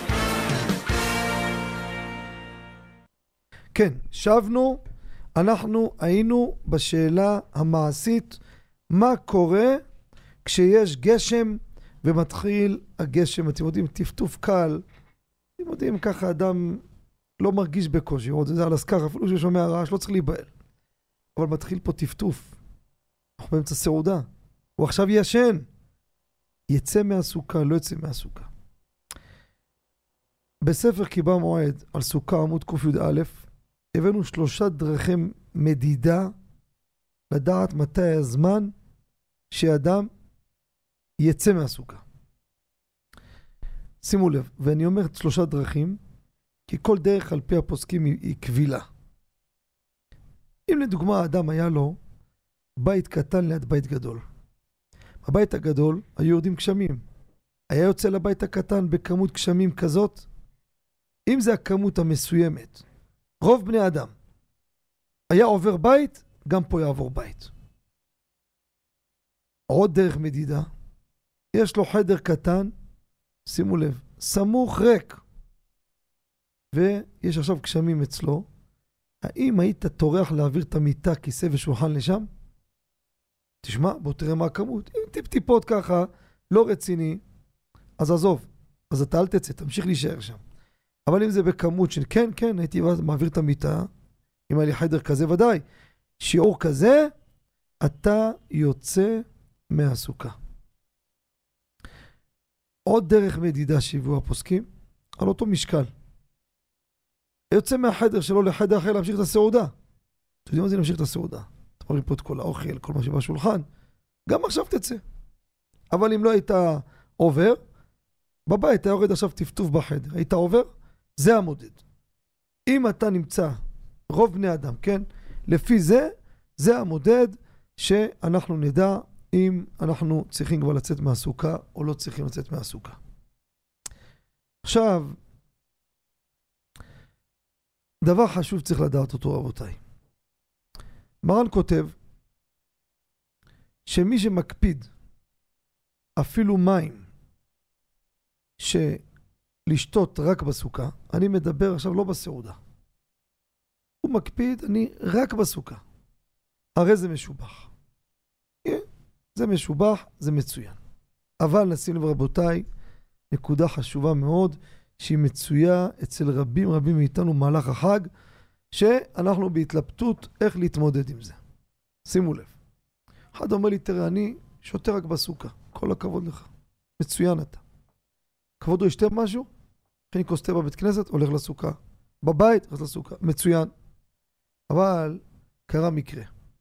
כן, שבנו, אנחנו היינו בשאלה המעשית, מה קורה כשיש גשם ומתחיל הגשם, אתם יודעים, טפטוף קל, אתם יודעים, ככה אדם לא מרגיש בקושי, עוד זה על הסכך, אפילו ששומע רעש, לא צריך להיבהל. אבל מתחיל פה טפטוף, אנחנו באמצע סעודה, הוא עכשיו ישן, יצא מהסוכה, לא יצא מהסוכה. בספר קיבה מועד על סוכה עמוד ק"א הבאנו 3 דרכי מדידה לדעת מתי הזמן שאדם יצא מהסוכה. שימו לב, ואני אומר 3 דרכים, כי כל דרך על פי הפוסקים היא קבילה. אם לדוגמה האדם היה לו בית קטן ליד בית גדול. בבית הגדול היו יורדים גשמים. היה יוצא לבית הקטן בכמות גשמים כזאת, אם זה הכמות המסוימת, רוב בני אדם היה עובר בית, גם פה יעבור בית. עוד דרך מדידה, יש לו חדר קטן, שימו לב, סמוך ריק, ויש עכשיו גשמים אצלו. האם היית טורח להעביר את המיטה, כיסא ושולחן לשם? תשמע, בוא תראה מה הכמות. אם טיפ-טיפות ככה, לא רציני, אז עזוב. אז אתה אל תצא, תמשיך להישאר שם. אבל אם זה בכמות של כן, הייתי מעביר את המיטה, אם היה לי חדר כזה ודאי, שיעור כזה, אתה יוצא מהסוכה. עוד דרך מדידה שהביאו הפוסקים, על אותו משקל. יוצא מהחדר שלו לחדר אחר להמשיך את הסעודה. אתם יודעים מה זה להמשיך את הסעודה? אתה מרים פה את כל האוכל, כל מה שבשולחן. גם עכשיו תצא. אבל אם לא היית עובר, בבית היה יורד עכשיו טפטוף בחדר. היית עובר? זה המודד. אם אתה נמצא, רוב בני אדם, כן? לפי זה, זה המודד שאנחנו נדע אם אנחנו צריכים כבר לצאת מהסוכה או לא צריכים לצאת מהסוכה. עכשיו, דבר חשוב צריך לדעת אותו רבותיי. מרן כותב שמי שמקפיד אפילו מים שלשתות רק בסוכה, אני מדבר עכשיו לא בסעודה. הוא מקפיד, אני רק בסוכה. הרי זה משובח. זה משובח, זה מצוין. אבל נשים לב רבותיי, נקודה חשובה מאוד, שהיא מצויה אצל רבים מאיתנו במהלך החג, שאנחנו בהתלבטות איך להתמודד עם זה. שימו לב. אחד אומר לי, תראה, אני שותה רק בסוכה. כל הכבוד לך. מצוין אתה. כבודו ישתה משהו? אני כוסתה בבית כנסת, הולך לסוכה. בבית, הולך לסוכה. מצוין. אבל קרה מקרה.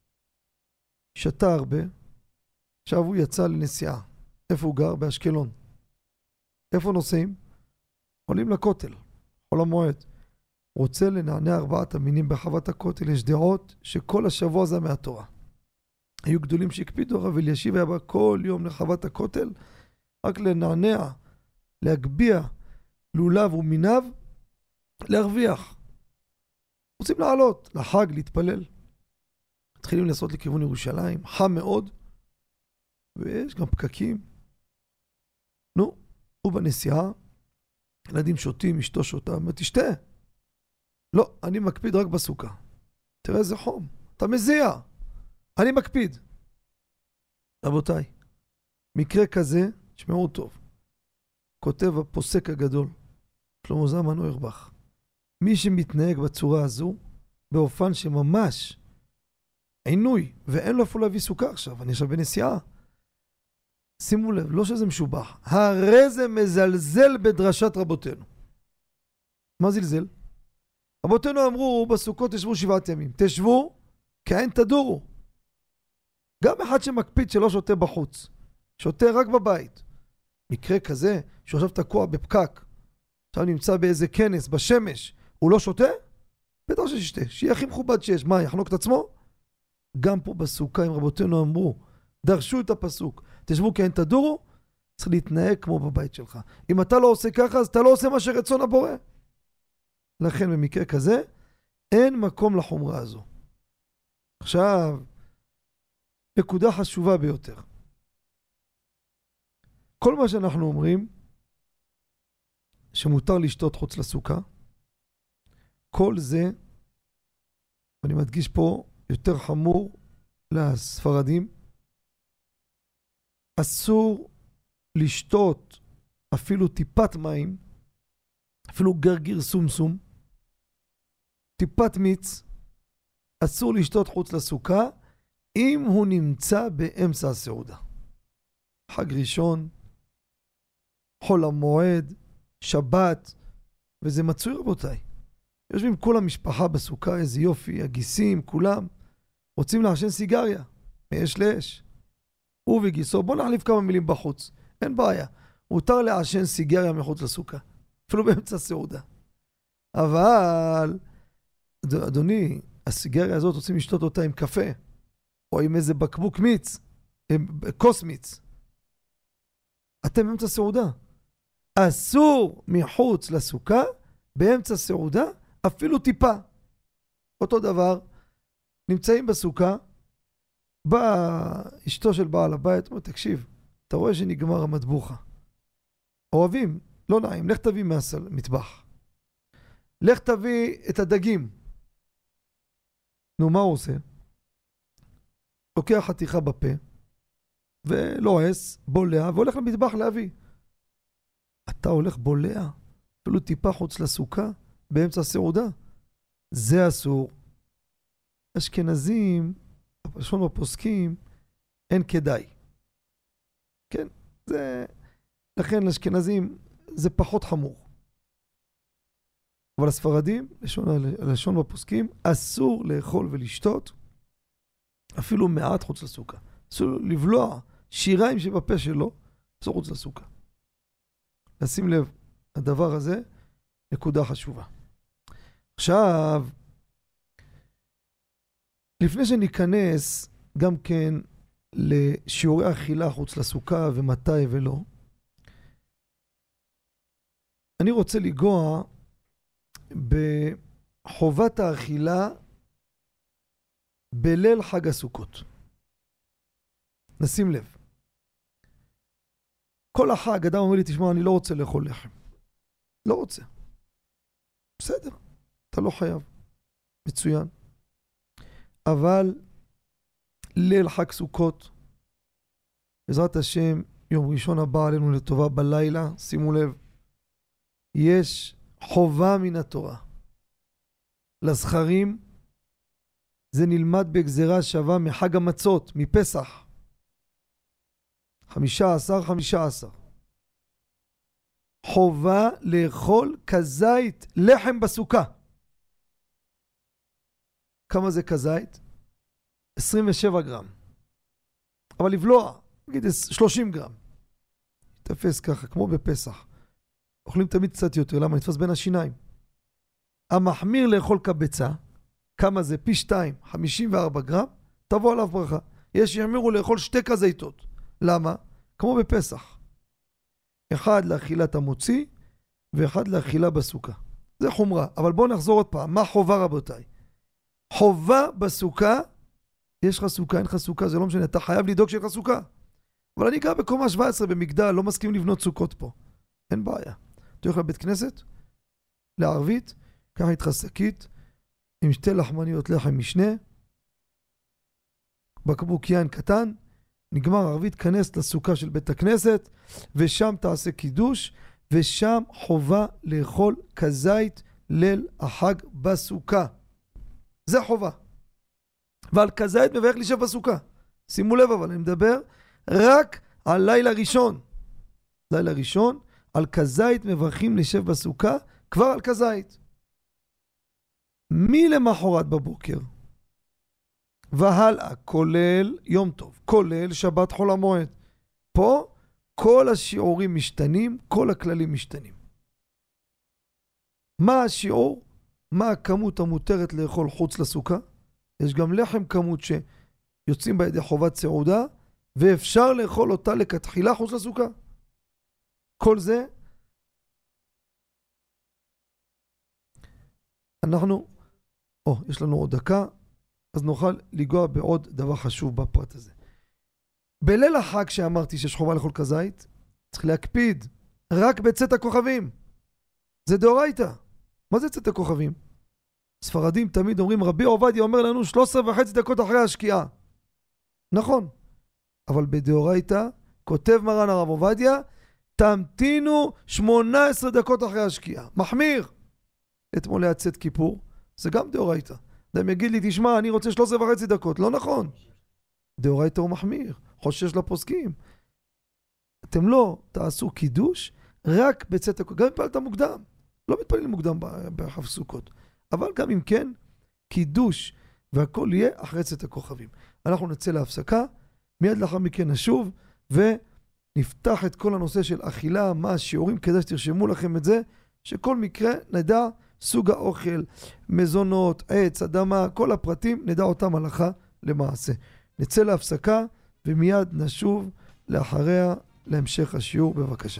שתה הרבה, עכשיו הוא יצא לנסיעה. איפה הוא גר? באשקלון. איפה נוסעים? עולים לכותל, חול המועד. רוצה לנענע 4 המינים בחוות הכותל. יש דעות שכל השבוע זה מהתורה. היו גדולים שהקפידו, הרב אלישיב היה בא כל יום לחוות הכותל, רק לנענע, להגביע לולב ומיניו, להרוויח. רוצים לעלות, לחג, להתפלל. מתחילים לעשות לכיוון ירושלים, חם מאוד, ויש גם פקקים. נו, הוא בנסיעה, ילדים שותים, אשתו שותה, תשתה. לא, אני מקפיד רק בסוכה. תראה איזה חום, אתה מזיע. אני מקפיד. רבותיי, מקרה כזה, תשמעו טוב. כותב הפוסק הגדול, שלמה זלמן אוירבך, מי שמתנהג בצורה הזו, באופן שממש עינוי, ואין לו איפה להביא סוכה עכשיו, אני עכשיו בנסיעה. שימו לב, לא שזה משובח, הרי זה מזלזל בדרשת רבותינו. מה זלזל? רבותינו אמרו, בסוכות תשבו 7 ימים. תשבו, כעין תדורו. גם אחד שמקפיד שלא שותה בחוץ, שותה רק בבית. מקרה כזה, שעכשיו תקוע בפקק, עכשיו נמצא באיזה כנס, בשמש, הוא לא שותה? בטח ששתה, שיהיה הכי מכובד שיש. מה, יחנוק את עצמו? גם פה בסוכה, אם רבותינו אמרו, דרשו את הפסוק, תשבו כעין תדורו, צריך להתנהג כמו בבית שלך. אם אתה לא עושה ככה, אז אתה לא עושה מה שרצון הבורא. לכן במקרה כזה, אין מקום לחומרה הזו. עכשיו, נקודה חשובה ביותר. כל מה שאנחנו אומרים, שמותר לשתות חוץ לסוכה, כל זה, ואני מדגיש פה, יותר חמור לספרדים, אסור לשתות אפילו טיפת מים, אפילו גרגיר סומסום, טיפת מיץ, אסור לשתות חוץ לסוכה, אם הוא נמצא באמצע הסעודה. חג ראשון, חול המועד, שבת, וזה מצוי רבותיי. יושבים כל המשפחה בסוכה, איזה יופי, הגיסים, כולם, רוצים לעשן סיגריה, מאש לאש. הוא וגיסו, בוא נחליף כמה מילים בחוץ, אין בעיה. מותר לעשן סיגריה מחוץ לסוכה, אפילו באמצע סעודה. אבל, אדוני, הסיגריה הזאת רוצים לשתות אותה עם קפה, או עם איזה בקבוק מיץ, כוס מיץ. אתם באמצע סעודה. אסור מחוץ לסוכה, באמצע סעודה, אפילו טיפה. אותו דבר, נמצאים בסוכה, באה אשתו של בעל הבית, אומר, תקשיב, אתה רואה שנגמר המטבוחה. אוהבים, לא נעים, לך תביא מהמטבח. לך תביא את הדגים. נו, מה הוא עושה? לוקח חתיכה בפה, ולועס, בולע, והולך למטבח להביא. אתה הולך בולע, אפילו טיפה חוץ לסוכה, באמצע הסעודה. זה אסור. אשכנזים, לשון בפוסקים, אין כדאי. כן, זה... לכן לאשכנזים זה פחות חמור. אבל הספרדים, לשון בפוסקים, אסור לאכול ולשתות, אפילו מעט חוץ לסוכה. אסור לבלוע שיריים שבפה שלו, אסור חוץ לסוכה. לשים לב, הדבר הזה, נקודה חשובה. עכשיו, לפני שניכנס גם כן לשיעורי אכילה חוץ לסוכה ומתי ולא, אני רוצה לגוע בחובת האכילה בליל חג הסוכות. נשים לב. כל החג, אדם אומר לי, תשמע, אני לא רוצה לאכול לחם. לא רוצה. בסדר, אתה לא חייב. מצוין. אבל ליל חג סוכות, בעזרת השם, יום ראשון הבא עלינו לטובה בלילה, שימו לב, יש חובה מן התורה. לזכרים, זה נלמד בגזרה שווה מחג המצות, מפסח. 15. חובה לאכול כזית לחם בסוכה. כמה זה כזית? 27 גרם. אבל לבלוע, נגיד 30 גרם. תפס ככה, כמו בפסח. אוכלים תמיד קצת יותר, למה? נתפס בין השיניים. המחמיר לאכול קבצה, כמה זה? פי 2, 54 גרם, תבוא עליו ברכה. יש שיאמירו לאכול 2 כזיתות. למה? כמו בפסח. אחד לאכילת המוציא, ואחד לאכילה בסוכה. זה חומרה. אבל בואו נחזור עוד פעם. מה חובה רבותיי? חובה בסוכה, יש לך סוכה, אין לך סוכה, זה לא משנה, אתה חייב לדאוג שיהיה לך סוכה. אבל אני גר בקומה 17 במגדל, לא מסכים לבנות סוכות פה. אין בעיה. אתה הולך לבית כנסת, לערבית, קח איתך שקית, עם 2 לחמניות לחם משנה, בקבוק יין קטן, נגמר ערבית, כנס לסוכה של בית הכנסת, ושם תעשה קידוש, ושם חובה לאכול כזית ליל החג בסוכה. זה חובה. ועל כזית מברך להישב בסוכה. שימו לב אבל, אני מדבר רק על לילה ראשון. לילה ראשון, על כזית מברכים להישב בסוכה, כבר על כזית. מי למחרת בבוקר? והלאה, כולל יום טוב, כולל שבת חול המועד. פה כל השיעורים משתנים, כל הכללים משתנים. מה השיעור? מה הכמות המותרת לאכול חוץ לסוכה? יש גם לחם כמות שיוצאים בידי חובת סעודה, ואפשר לאכול אותה לכתחילה חוץ לסוכה. כל זה, אנחנו, יש לנו עוד דקה, אז נוכל לגוע בעוד דבר חשוב בפרט הזה. בליל החג שאמרתי שיש חובה לאכול כזית, צריך להקפיד רק בצאת הכוכבים. זה דאורייתא. מה זה צאת הכוכבים? ספרדים תמיד אומרים, רבי עובדיה אומר לנו 13.5 דקות אחרי השקיעה. נכון. אבל בדאורייתא, כותב מרן הרב עובדיה, תמתינו 18 דקות אחרי השקיעה. מחמיר. אתמול היה צאת כיפור, זה גם דאורייתא. אדם יגיד לי, תשמע, אני רוצה 13.5 דקות. לא נכון. דאורייתא הוא מחמיר. חושש לפוסקים. אתם לא תעשו קידוש רק בצאת הכוכבים. גם אם פעלת מוקדם. לא מתפללים מוקדם בחג סוכות. אבל גם אם כן, קידוש והכל יהיה אחרי צאת הכוכבים. אנחנו נצא להפסקה, מיד לאחר מכן נשוב ונפתח את כל הנושא של אכילה, מה השיעורים, כדאי שתרשמו לכם את זה, שכל מקרה נדע סוג האוכל, מזונות, עץ, אדמה, כל הפרטים, נדע אותם הלכה למעשה. נצא להפסקה ומיד נשוב לאחריה להמשך השיעור, בבקשה.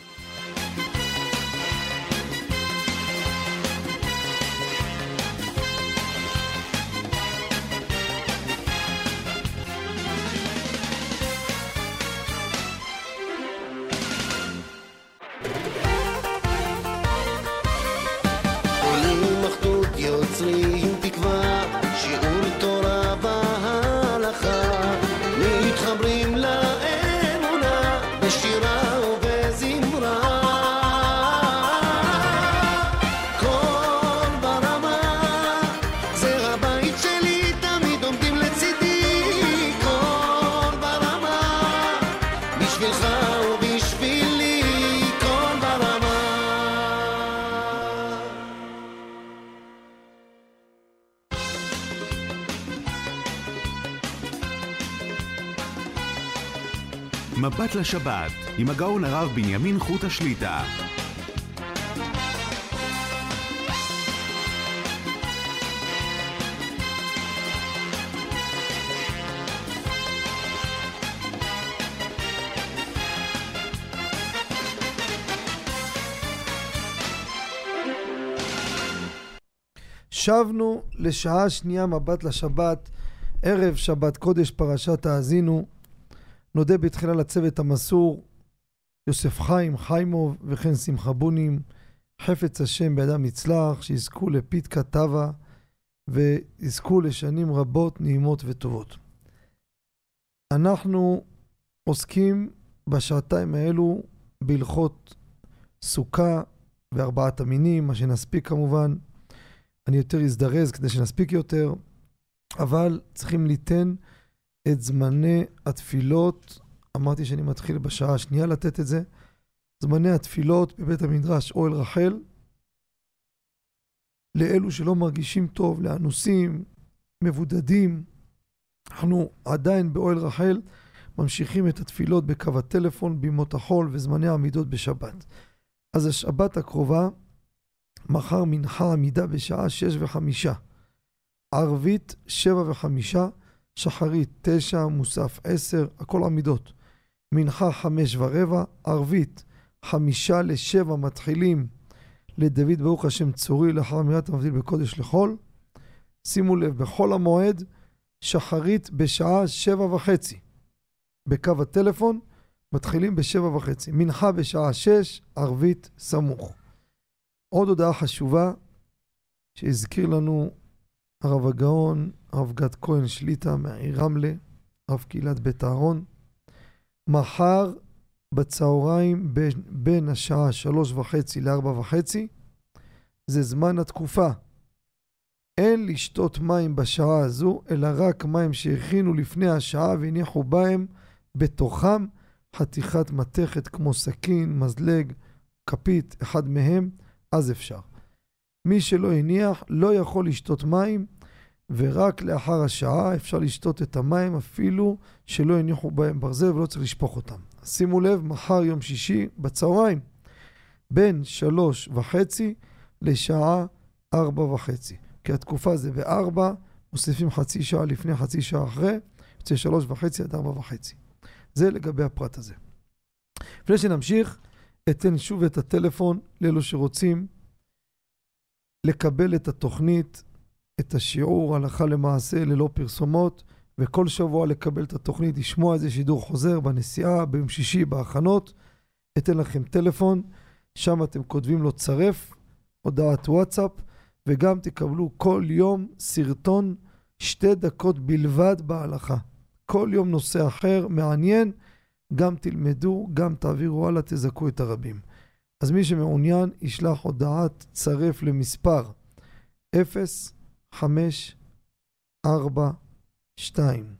מבט לשבת עם הגאון הרב בנימין חוטה שליט"א. שבנו לשעה שנייה מבט לשבת, ערב שבת קודש פרשת האזינו. נודה בתחילה לצוות המסור, יוסף חיים חיימוב וכן שמחה בונים, חפץ השם בידם יצלח, שיזכו לפתקה טובה ויזכו לשנים רבות נעימות וטובות. אנחנו עוסקים בשעתיים האלו בהלכות סוכה וארבעת המינים, מה שנספיק כמובן. אני יותר אזדרז כדי שנספיק יותר, אבל צריכים ליתן את זמני התפילות. אמרתי שאני מתחיל בשעה השנייה לתת את זה. זמני התפילות בבית המדרש אוהל רחל, לאלו שלא מרגישים טוב, לאנוסים, מבודדים. אנחנו עדיין באוהל רחל ממשיכים את התפילות בקו הטלפון, בימות החול וזמני העמידות בשבת. אז השבת הקרובה, מחר מנחה עמידה בשעה 6:05, ערבית 7:05, שחרית 9, מוסף 10, הכל עמידות. מנחה 5:15, ערבית 6:55 מתחילים לדוד ברוך השם צורי, לאחר אמירת המבדיל בקודש לחול. שימו לב, בכל המועד, שחרית בשעה 7:30. בקו הטלפון מתחילים ב7:30. מנחה בשעה 6, ערבית סמוך. עוד הודעה חשובה שהזכיר לנו הרב הגאון, הרב גד כהן שליט"א מהעיר רמלה, רב קהילת בית אהרון. מחר בצהריים בין השעה 3:30 ל4:30 זה זמן התקופה. אין לשתות מים בשעה הזו, אלא רק מים שהכינו לפני השעה והניחו בהם בתוכם חתיכת מתכת כמו סכין, מזלג, כפית, אחד מהם, אז אפשר. מי שלא הניח לא יכול לשתות מים, ורק לאחר השעה אפשר לשתות את המים אפילו שלא הניחו בהם ברזל ולא צריך לשפוך אותם. שימו לב, מחר יום שישי בצהריים, בין 3:30 לשעה 4:30. כי התקופה זה ב4, מוסיפים חצי שעה לפני, חצי שעה אחרי, יוצא 3:30 עד 4:30. זה לגבי הפרט הזה. לפני שנמשיך, אתן שוב את הטלפון לאלו שרוצים לקבל את התוכנית, את השיעור הלכה למעשה ללא פרסומות, וכל שבוע לקבל את התוכנית, לשמוע איזה שידור חוזר בנסיעה, ביום שישי, בהכנות. אתן לכם טלפון, שם אתם כותבים לו צרף, הודעת וואטסאפ, וגם תקבלו כל יום סרטון 2 דקות בלבד בהלכה. כל יום נושא אחר, מעניין, גם תלמדו, גם תעבירו הלאה, תזכו את הרבים. אז מי שמעוניין ישלח הודעת צרף למספר 0542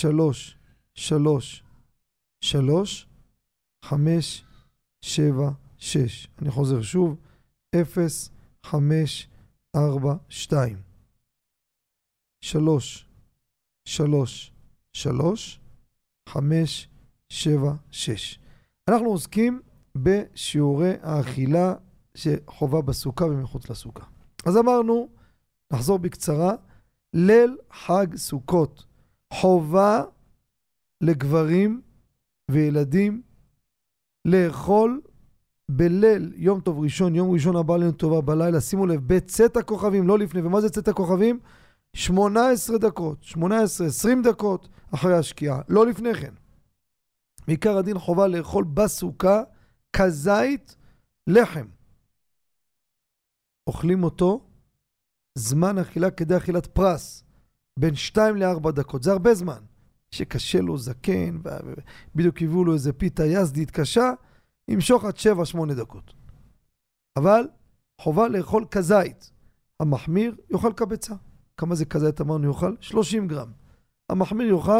333 575 6. אני חוזר שוב, 0, 5, 4, 2. 3, 3, 3, 5, 7, 6. אנחנו עוסקים בשיעורי האכילה שחובה בסוכה ומחוץ לסוכה. אז אמרנו, נחזור בקצרה, ליל חג סוכות, חובה לגברים וילדים לאכול בליל יום טוב ראשון, יום ראשון הבא עלינו טובה בלילה, שימו לב, בצאת הכוכבים, לא לפני. ומה זה צאת הכוכבים? 18 דקות, 18, 20 דקות אחרי השקיעה, לא לפני כן. בעיקר הדין חובה לאכול בסוכה כזית לחם. אוכלים אותו זמן אכילה כדי אכילת פרס, בין 2 ל-4 דקות. זה הרבה זמן. שקשה לו זקן, בדיוק הביאו לו איזה פיתה יזדית קשה, ימשוך עד 7-8 דקות. אבל חובה לאכול כזית. המחמיר יאכל כביצה. כמה זה כזית אמרנו יאכל? 30 גרם. המחמיר יאכל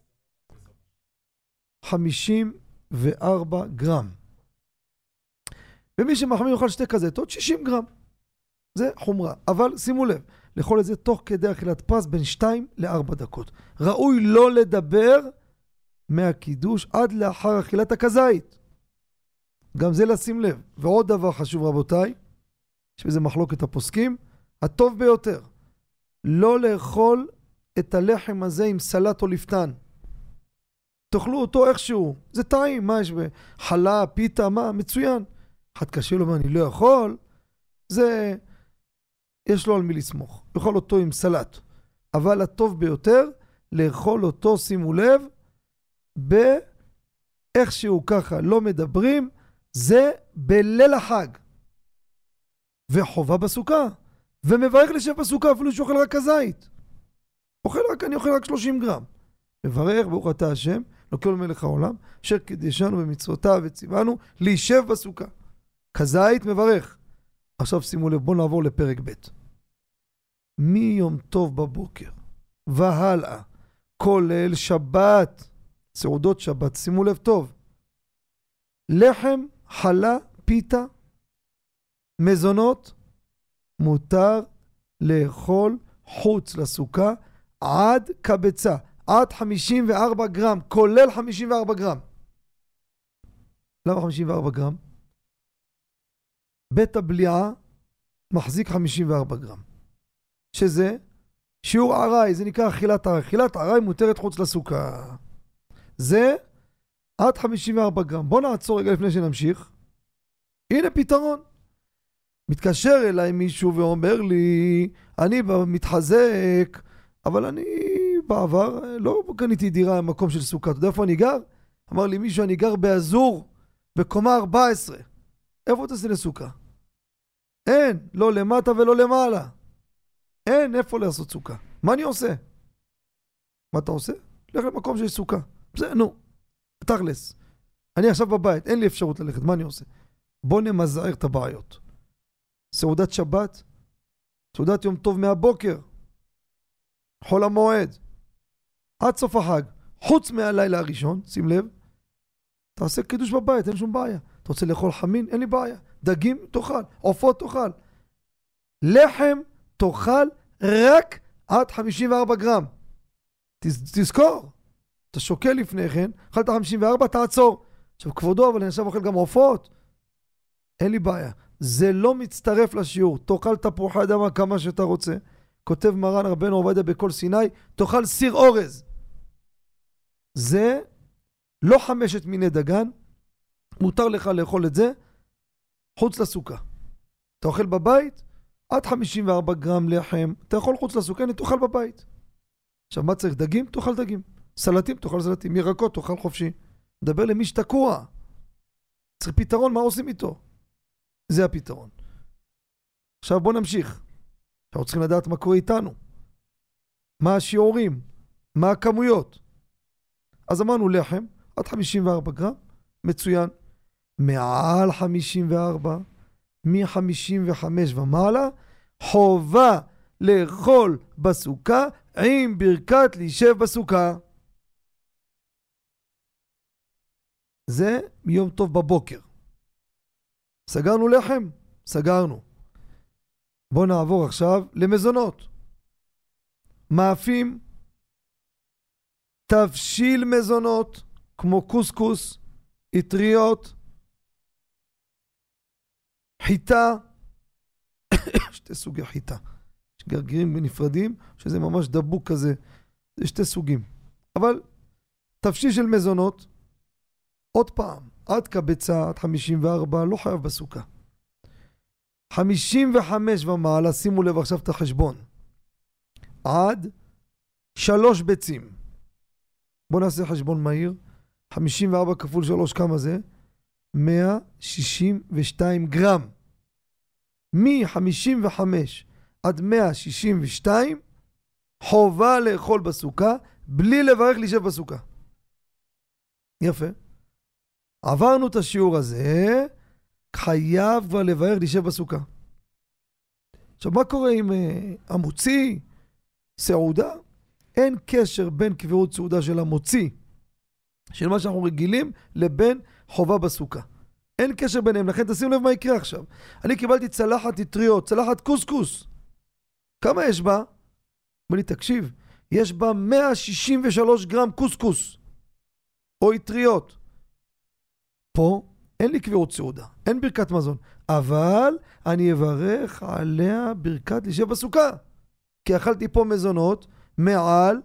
54 גרם. ומי שמחמיר יאכל 2 כזיתות, 60 גרם. זה חומרה. אבל שימו לב, לאכול את זה תוך כדי אכילת פרס בין 2 ל-4 דקות. ראוי לא לדבר מהקידוש עד לאחר אכילת הכזית. גם זה לשים לב. ועוד דבר חשוב רבותיי, שזה מחלוקת הפוסקים, הטוב ביותר, לא לאכול את הלחם הזה עם סלט או לפתן. תאכלו אותו איכשהו. זה טעים, מה יש בחלה, פיתה, מה? מצוין. אחד קשה לו, מה אני לא יכול? זה... יש לו על מי לסמוך. לאכול אותו עם סלט. אבל הטוב ביותר, לאכול אותו, שימו לב, באיכשהו ככה, לא מדברים, זה בליל החג. וחובה בסוכה. ומברך לשב בסוכה, אפילו שאוכל רק כזית. אני אוכל רק 30 גרם. מברך, ברוך אתה השם, לכל מלך העולם, אשר קידשנו במצוותיו וציוונו, להישב בסוכה. כזית מברך. עכשיו שימו לב, בואו נעבור לפרק ב'. מיום טוב בבוקר והלאה, כולל שבת, סעודות שבת, שימו לב טוב. לחם, חלה, פיתה, מזונות, מותר לאכול חוץ לסוכה עד קבצה, עד 54 גרם, כולל 54 גרם. למה 54 גרם? בית הבליעה מחזיק 54 גרם. שזה שיעור עראי, זה נקרא אכילת עראי. אכילת עראי מותרת חוץ לסוכה. זה עד 54 גרם. בוא נעצור רגע לפני שנמשיך. הנה פתרון. מתקשר אליי מישהו ואומר לי, אני מתחזק, אבל אני בעבר לא קניתי דירה במקום של סוכה. אתה יודע איפה אני גר? אמר לי מישהו, אני גר באזור, בקומה 14. איפה תעשה לסוכה? אין, לא למטה ולא למעלה. אין איפה לעשות סוכה. מה אני עושה? מה אתה עושה? לך למקום שיש סוכה. זה, נו, תכלס. אני עכשיו בבית, אין לי אפשרות ללכת, מה אני עושה? בוא נמזער את הבעיות. סעודת שבת, סעודת יום טוב מהבוקר, חול המועד, עד סוף החג, חוץ מהלילה הראשון, שים לב, תעשה קידוש בבית, אין שום בעיה. אתה רוצה לאכול חמין? אין לי בעיה. דגים תאכל, עופות תאכל. לחם תאכל רק עד 54 גרם. תזכור, אתה שוקל לפני כן, אכלת 54, תעצור. עכשיו כבודו, אבל אני עכשיו אוכל גם עופות. אין לי בעיה. זה לא מצטרף לשיעור. תאכל תפוחי אדמה כמה שאתה רוצה. כותב מרן רבנו עובדיה בכל סיני, תאכל סיר אורז. זה לא 5 מיני דגן. מותר לך לאכול את זה חוץ לסוכה. אתה אוכל בבית, עד 54 גרם לחם. אתה יכול חוץ לסוכה, אני תאכל בבית. עכשיו מה צריך? דגים? תאכל דגים. סלטים? תאכל סלטים. ירקות? תאכל חופשי. מדבר למי שתקוע. צריך פתרון, מה עושים איתו? זה הפתרון. עכשיו בוא נמשיך. אנחנו צריכים לדעת מה קורה איתנו. מה השיעורים? מה הכמויות? אז אמרנו לחם, עד 54 גרם, מצוין. מעל 54, מ-55 ומעלה, חובה לאכול בסוכה עם ברכת להישב בסוכה. זה מיום טוב בבוקר. סגרנו לחם? סגרנו. בואו נעבור עכשיו למזונות. מאפים, תבשיל מזונות, כמו קוסקוס, אטריות, חיטה, שתי סוגי חיטה. יש גרגירים בנפרדים, שזה ממש דבוק כזה. זה שתי סוגים. אבל תבשיל של מזונות, עוד פעם, עד קבצה, עד 54, לא חייב בסוכה. 55 ומעלה, שימו לב עכשיו את החשבון. עד 3 ביצים. בואו נעשה חשבון מהיר. 54 כפול 3, כמה זה? 162 גרם. מ-55 עד 162 חובה לאכול בסוכה בלי לברך להישב בסוכה. יפה. עברנו את השיעור הזה, חייב כבר לברך להישב בסוכה. עכשיו מה קורה עם המוציא, סעודה? אין קשר בין קביעות סעודה של המוציא, של מה שאנחנו רגילים, לבין חובה בסוכה. אין קשר ביניהם, לכן תשים לב מה יקרה עכשיו. אני קיבלתי צלחת אטריות, צלחת קוסקוס. כמה יש בה? אומר לי, תקשיב, יש בה 163 גרם קוסקוס, או אטריות. פה אין לי קביעות סעודה, אין ברכת מזון, אבל אני אברך עליה ברכת להישב בסוכה, כי אכלתי פה מזונות מעל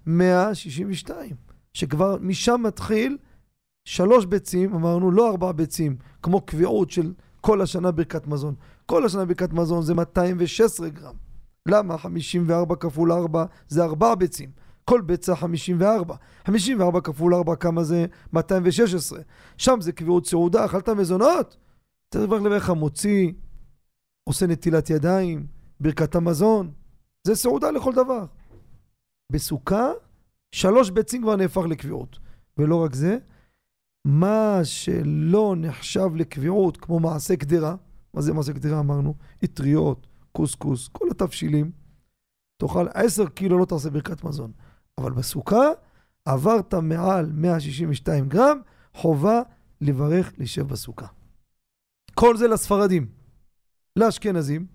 162, שכבר משם מתחיל 3 ביצים, אמרנו, לא 4 ביצים, כמו קביעות של כל השנה ברכת מזון. כל השנה ברכת מזון זה 216 גרם. למה? 54 כפול 4 זה 4 ביצים. כל ביצה 54. 54 כפול 4 כמה זה? 216. שם זה קביעות סעודה, אכלת מזונות? תברך לברך המוציא, עושה נטילת ידיים, ברכת המזון. זה סעודה לכל דבר. בסוכה, 3 ביצים כבר נהפך לקביעות. ולא רק זה, מה שלא נחשב לקביעות, כמו מעשה קדרה, מה זה מעשה קדרה אמרנו? אטריות, קוסקוס, כל התבשילים, תאכל 10 קילו, לא תעשה ברכת מזון. אבל בסוכה, עברת מעל 162 גרם, חובה לברך להישב בסוכה. כל זה לספרדים. לאשכנזים,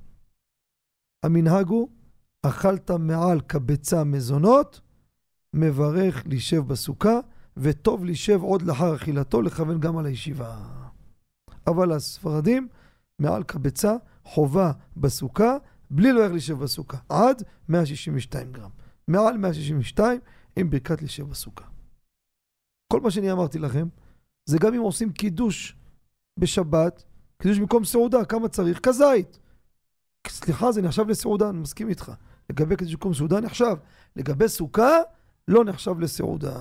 המנהג הוא, אכלת מעל קבצה מזונות, מברך להישב בסוכה, וטוב להישב עוד לאחר אכילתו, לכוון גם על הישיבה. אבל הספרדים, מעל קבצה, חובה בסוכה, בלי לברך להישב בסוכה, עד 162 גרם. מעל 162, עם ברכת להישב בסוכה. כל מה שאני אמרתי לכם, זה גם אם עושים קידוש בשבת, קידוש במקום סעודה, כמה צריך? כזית. סליחה, זה נחשב לסעודה, אני מסכים איתך. לגבי קידוש במקום סעודה נחשב. לגבי סוכה, לא נחשב לסעודה.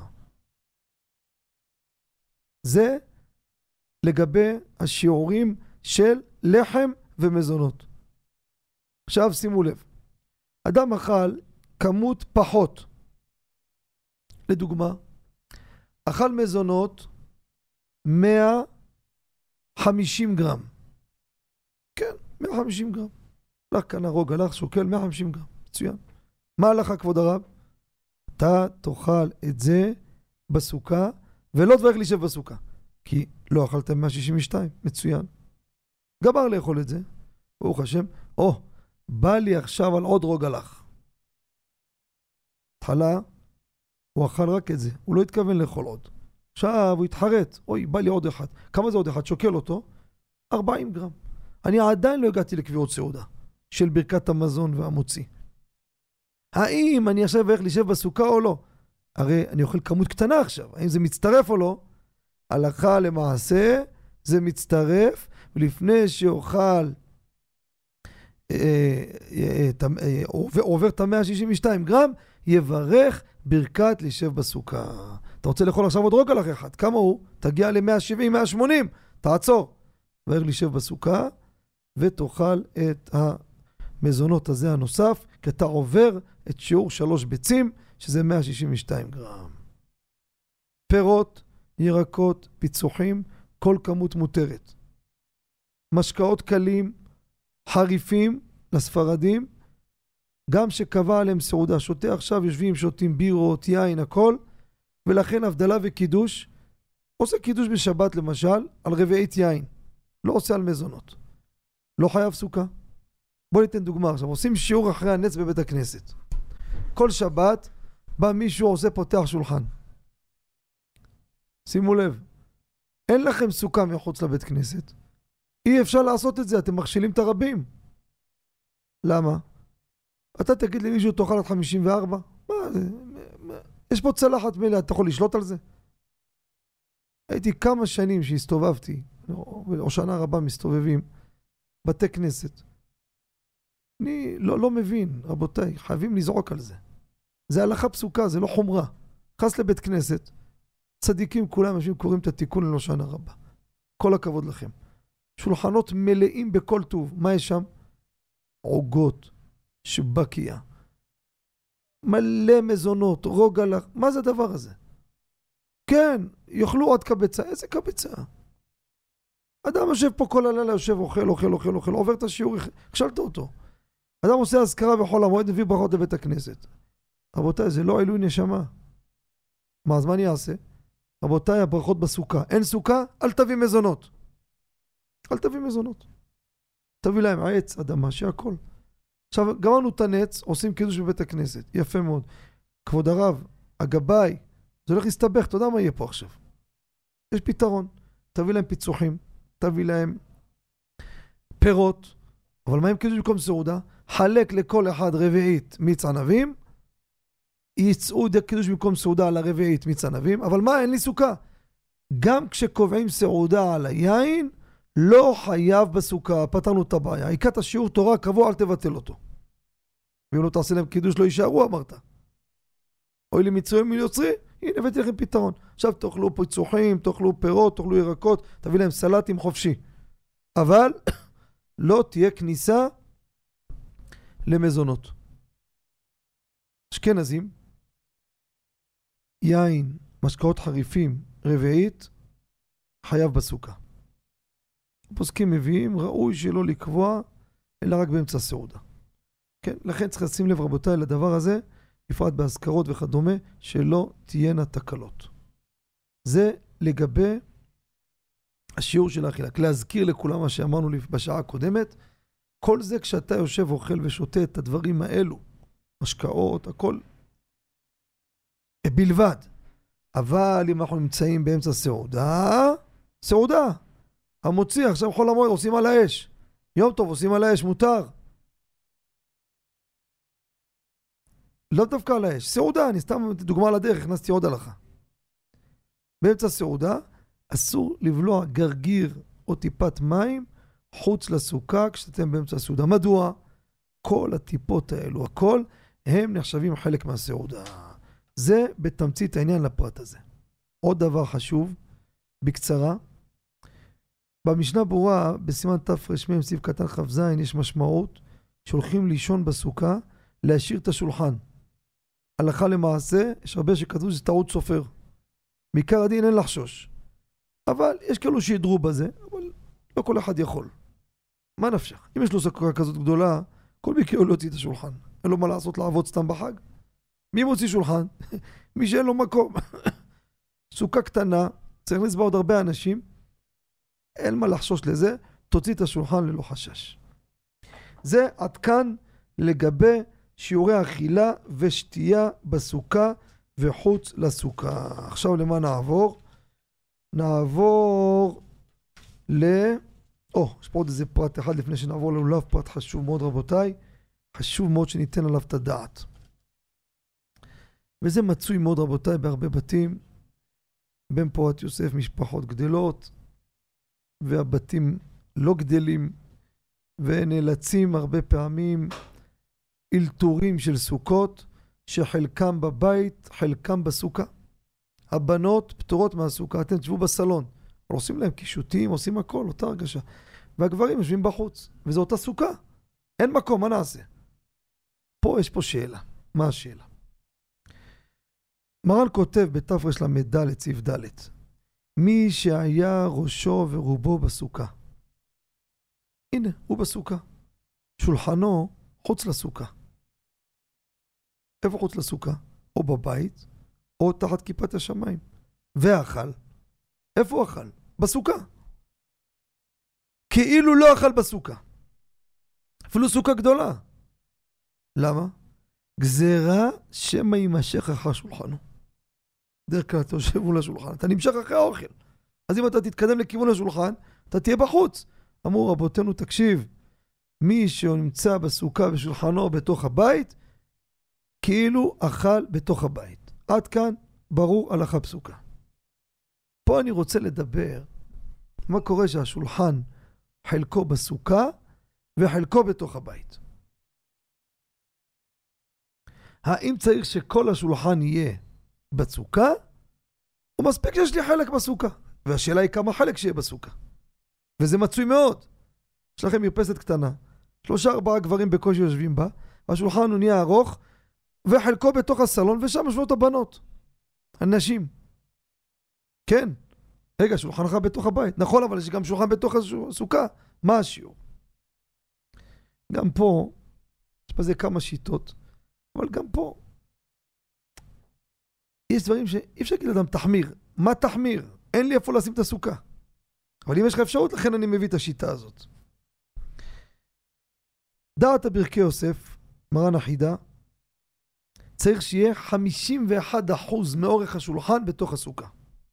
זה לגבי השיעורים של לחם ומזונות. עכשיו שימו לב. אדם אכל כמות פחות. לדוגמה, אכל מזונות 150 גרם. כן, 150 גרם. הלך כאן הרוג, הלך שוקל 150 גרם. מצוין. מה הלך כבוד הרב? אתה תאכל את זה בסוכה, ולא תברך להישב בסוכה. כי לא אכלת 162. מצוין. גמר לאכול את זה. ברוך השם. בא לי עכשיו על עוד רוג הלך. התחלה, הוא אכל רק את זה. הוא לא התכוון לאכול עוד. עכשיו הוא התחרט. בא לי עוד אחד. כמה זה עוד אחד? שוקל אותו. 40 גרם. אני עדיין לא הגעתי לקביעות סעודה של ברכת המזון והמוציא. האם אני עכשיו אברך להישב בסוכה או לא? הרי אני אוכל כמות קטנה עכשיו. האם זה מצטרף או לא? הלכה למעשה זה מצטרף, ולפני שאוכל עובר את 162 גרם, יברך ברכת להישב בסוכה. אתה רוצה לאכול עכשיו עוד רוג הלך אחד, כמה הוא? תגיע ל-170, 180, תעצור. תברך להישב בסוכה, ותאכל את המזונות הזה הנוסף, כי אתה עובר את שיעור 3 ביצים, שזה 162 גרם. פירות, ירקות, פיצוחים, כל כמות מותרת. משקאות קלים, חריפים לספרדים, גם שקבע עליהם סעודה. שותה עכשיו, יושבים, שותים בירות, יין, הכל, ולכן הבדלה וקידוש, עושה קידוש בשבת למשל, על רבעית יין. לא עושה על מזונות. לא חייב סוכה. בוא ניתן דוגמה עכשיו. עושים שיעור אחרי הנץ בבית הכנסת. כל שבת בא מישהו עושה פותח שולחן. שימו לב. אין לכם סוכה מחוץ לבית כנסת. אי אפשר לעשות את זה, אתם מכשילים את הרבים. למה? אתה תגיד למישהו תאכל עד 54? יש פה צלחת מלאה, אתה יכול לשלוט על זה? הייתי כמה שנים שהסתובבתי, או שנה רבה מסתובבים, בתי כנסת. אני לא מבין, רבותיי, חייבים לזעוק על זה. זה הלכה פסוקה, זה לא חומרה. חס לבית כנסת, צדיקים כולם יושבים קוראים את התיקון ללא שנה רבה. כל הכבוד לכם. שולחנות מלאים בכל טוב. מה יש שם? עוגות, שבקיה, מלא מזונות, רוגלח. מה זה הדבר הזה? כן, יאכלו עוד קבצה. איזה קבצה? אדם יושב פה כל הלילה, יושב, אוכל, עובר את השיעור, הכשלת אותו. אדם עושה אזכרה בחול המועד, מביא ברכות לבית הכנסת. רבותיי, זה לא עילוי נשמה. מה, אז מה אני אעשה? רבותיי, הברכות בסוכה. אין סוכה? אל תביא מזונות. אל תביא מזונות. תביא להם עץ, אדמה, שהכל. עכשיו, גמרנו את הנץ, עושים קידוש בבית הכנסת. יפה מאוד. כבוד הרב, הגבאי, זה הולך להסתבך, אתה יודע מה יהיה פה עכשיו? יש פתרון. תביא להם פיצוחים, תביא להם פירות, אבל מה עם קידוש במקום סעודה? חלק לכל אחד רביעית מיץ ענבים, יצאו קידוש במקום סעודה על הרביעית מיץ ענבים, אבל מה? אין לי סוכה. גם כשקובעים סעודה על היין, לא חייב בסוכה, פתרנו את הבעיה. עיקת השיעור תורה קבוע, אל תבטל אותו. ואם לא תעשה להם קידוש, לא יישארו, אמרת. אוי לי מצרים מיוצרי, הנה הבאתי לכם פתרון. עכשיו תאכלו פיצוחים, תאכלו פירות, תאכלו ירקות, תביא להם סלטים חופשי. אבל לא תהיה כניסה למזונות. אשכנזים, יין, משקאות חריפים, רביעית, חייב בסוכה. פוסקים מביאים, ראוי שלא לקבוע, אלא רק באמצע סעודה. כן, לכן צריך לשים לב רבותיי לדבר הזה, בפרט בהזכרות וכדומה, שלא תהיינה תקלות. זה לגבי השיעור של האכילה. להזכיר לכולם מה שאמרנו בשעה הקודמת, כל זה כשאתה יושב אוכל ושותה את הדברים האלו, משקאות, הכל, בלבד. אבל אם אנחנו נמצאים באמצע סעודה, המוציא, עכשיו חול המועד עושים על האש. יום טוב עושים על האש, מותר. לא דווקא על האש. סעודה, אני סתם דוגמה לדרך, הכנסתי עוד הלכה. באמצע סעודה, אסור לבלוע גרגיר או טיפת מים חוץ לסוכה כשאתם באמצע הסעודה. מדוע? כל הטיפות האלו, הכל, הם נחשבים חלק מהסעודה. זה בתמצית העניין לפרט הזה. עוד דבר חשוב, בקצרה, במשנה ברורה, בסימן תרמ"ם סעיף קטן כ"ז, יש משמעות שהולכים לישון בסוכה, להשאיר את השולחן. הלכה למעשה, יש הרבה שכתבו שזה טעות סופר. מעיקר הדין אין לחשוש. אבל יש כאלו שידרו בזה, אבל לא כל אחד יכול. מה נפשך? אם יש לו סוכה כזאת גדולה, כל מקרה הוא לא יוציא את השולחן. אין לו מה לעשות לעבוד סתם בחג. מי מוציא שולחן? מי שאין לו מקום. סוכה קטנה, צריך לסבוע עוד הרבה אנשים, אין מה לחשוש לזה, תוציא את השולחן ללא חשש. זה עד כאן לגבי שיעורי אכילה ושתייה בסוכה וחוץ לסוכה. עכשיו למה נעבור? נעבור יש פה עוד איזה פרט אחד לפני שנעבור ללולב, פרט חשוב מאוד רבותיי, חשוב מאוד שניתן עליו את הדעת. וזה מצוי מאוד רבותיי בהרבה בתים, בן פורת יוסף משפחות גדלות, והבתים לא גדלים, ונאלצים הרבה פעמים אלתורים של סוכות, שחלקם בבית, חלקם בסוכה. הבנות פטורות מהסוכה, אתם תשבו בסלון, עושים להם קישוטים, עושים הכל, אותה הרגשה. והגברים יושבים בחוץ, וזו אותה סוכה. אין מקום, מה נעשה? יש פה שאלה. מה השאלה? מרן כותב בתרל"ד סעיף ד', מי שהיה ראשו ורובו בסוכה. הנה, הוא בסוכה. שולחנו חוץ לסוכה. איפה חוץ לסוכה? או בבית, או תחת כיפת השמיים. ואכל. איפה הוא אכל? בסוכה. כאילו לא אכל בסוכה. אפילו סוכה גדולה. למה? גזירה שמא יימשך אחר שולחנו. דרך כלל אתה יושב מול השולחן, אתה נמשך אחרי האוכל. אז אם אתה תתקדם לכיוון השולחן, אתה תהיה בחוץ. אמרו רבותינו, תקשיב, מי שנמצא בסוכה בשולחנו בתוך הבית, כאילו אכל בתוך הבית. עד כאן ברור הלכה פסוקה. פה אני רוצה לדבר מה קורה שהשולחן חלקו בסוכה וחלקו בתוך הבית. האם צריך שכל השולחן יהיה בסוכה, או מספיק שיש לי חלק בסוכה? והשאלה היא כמה חלק שיהיה בסוכה. וזה מצוי מאוד. יש לכם מרפסת קטנה, 3-4 גברים בקושי יושבים בה, והשולחן הוא נהיה ארוך, וחלקו בתוך הסלון, ושם יושבות הבנות, הנשים. כן, רגע, שולחנך בתוך הבית. נכון, אבל יש גם שולחן בתוך הסוכה. מה השיעור? גם פה, יש בזה כמה שיטות, אבל גם פה, יש דברים שאי אפשר להגיד לאדם תחמיר. מה תחמיר? אין לי איפה לשים את הסוכה. אבל אם יש לך אפשרות, לכן אני מביא את השיטה הזאת. דעת ברכי יוסף, מרן החידה, צריך שיהיה 51% מאורך השולחן בתוך הסוכה.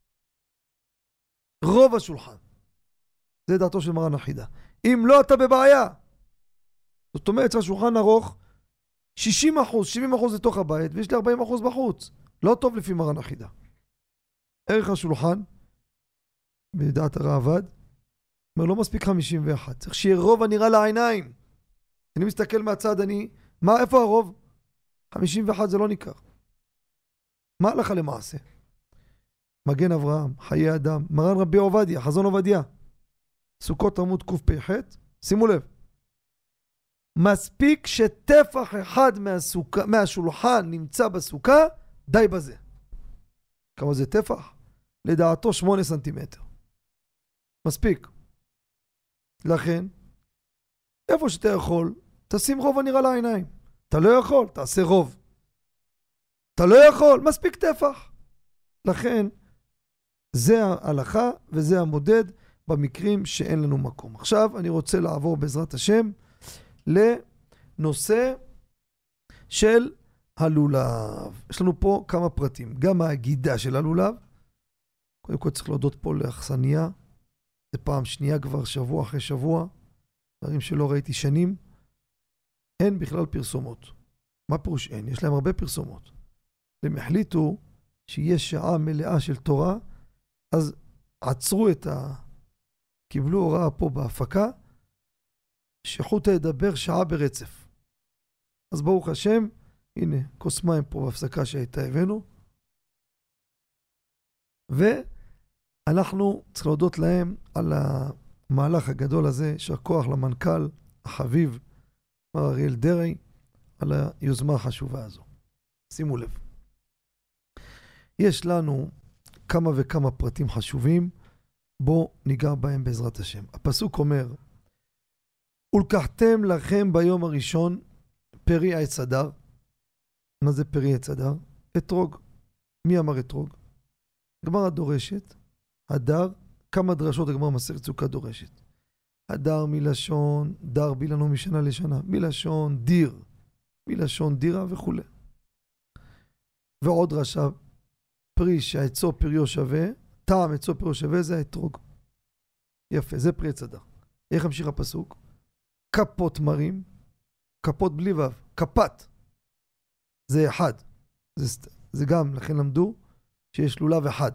רוב השולחן. זה דעתו של מרן החידה. אם לא, אתה בבעיה. זאת אומרת שהשולחן ארוך 60%, 70% לתוך הבית, ויש לי 40% בחוץ. לא טוב לפי מרן החידה. ערך השולחן, בדעת הרעב"ד, אומר לא מספיק 51. צריך שיהיה רוב הנראה לעיניים. אני מסתכל מהצד, איפה הרוב? 51 זה לא ניכר. מה הלכה למעשה? מגן אברהם, חיי אדם, מרן רבי עובדיה, חזון עובדיה, סוכות עמוד קפ"ח, שימו לב. מספיק שטפח אחד מהשולחן נמצא בסוכה, די בזה. כמה זה טפח? לדעתו 8 סנטימטר. מספיק. לכן, איפה שאתה יכול, תשים רוב הנראה לעיניים. אתה לא יכול, תעשה רוב. אתה לא יכול, מספיק טפח. לכן, זה ההלכה וזה המודד במקרים שאין לנו מקום. עכשיו אני רוצה לעבור בעזרת השם לנושא של הלולב. יש לנו פה כמה פרטים. גם ההגידה של הלולב. קודם כל צריך להודות פה לאכסניה. זה פעם שנייה כבר, שבוע אחרי שבוע. דברים שלא ראיתי שנים. אין בכלל פרסומות. מה פירוש אין? יש להם הרבה פרסומות. הם החליטו שיש שעה מלאה של תורה, אז עצרו קיבלו הוראה פה בהפקה, שחוטה ידבר שעה ברצף. אז ברוך השם, הנה, כוס מים פה בהפסקה שהייתה הבאנו, ואנחנו צריכים להודות להם על המהלך הגדול הזה, שהכוח למנכ"ל החביב, מר אריאל דרעי, על היוזמה החשובה הזו. שימו לב. יש לנו כמה וכמה פרטים חשובים, בוא ניגע בהם בעזרת השם. הפסוק אומר, ולקחתם לכם ביום הראשון פרי עץ הדר. מה זה פרי עץ הדר? אתרוג. מי אמר אתרוג? גמרא דורשת, הדר, כמה דרשות הגמרא מסכת סוכה דורשת. הדר מלשון, דר בילנו משנה לשנה, מלשון דיר, מלשון דירה וכו'. ועוד דרשה, פרי שהעצו פריו שווה, טעם עצו פריו שווה, זה האתרוג. יפה, זה פרי עץ הדר. איך המשיך הפסוק? כפות מרים, כפות בלי וו, כפת. זה אחד. זה גם, לכן למדו, שיש לולב אחד.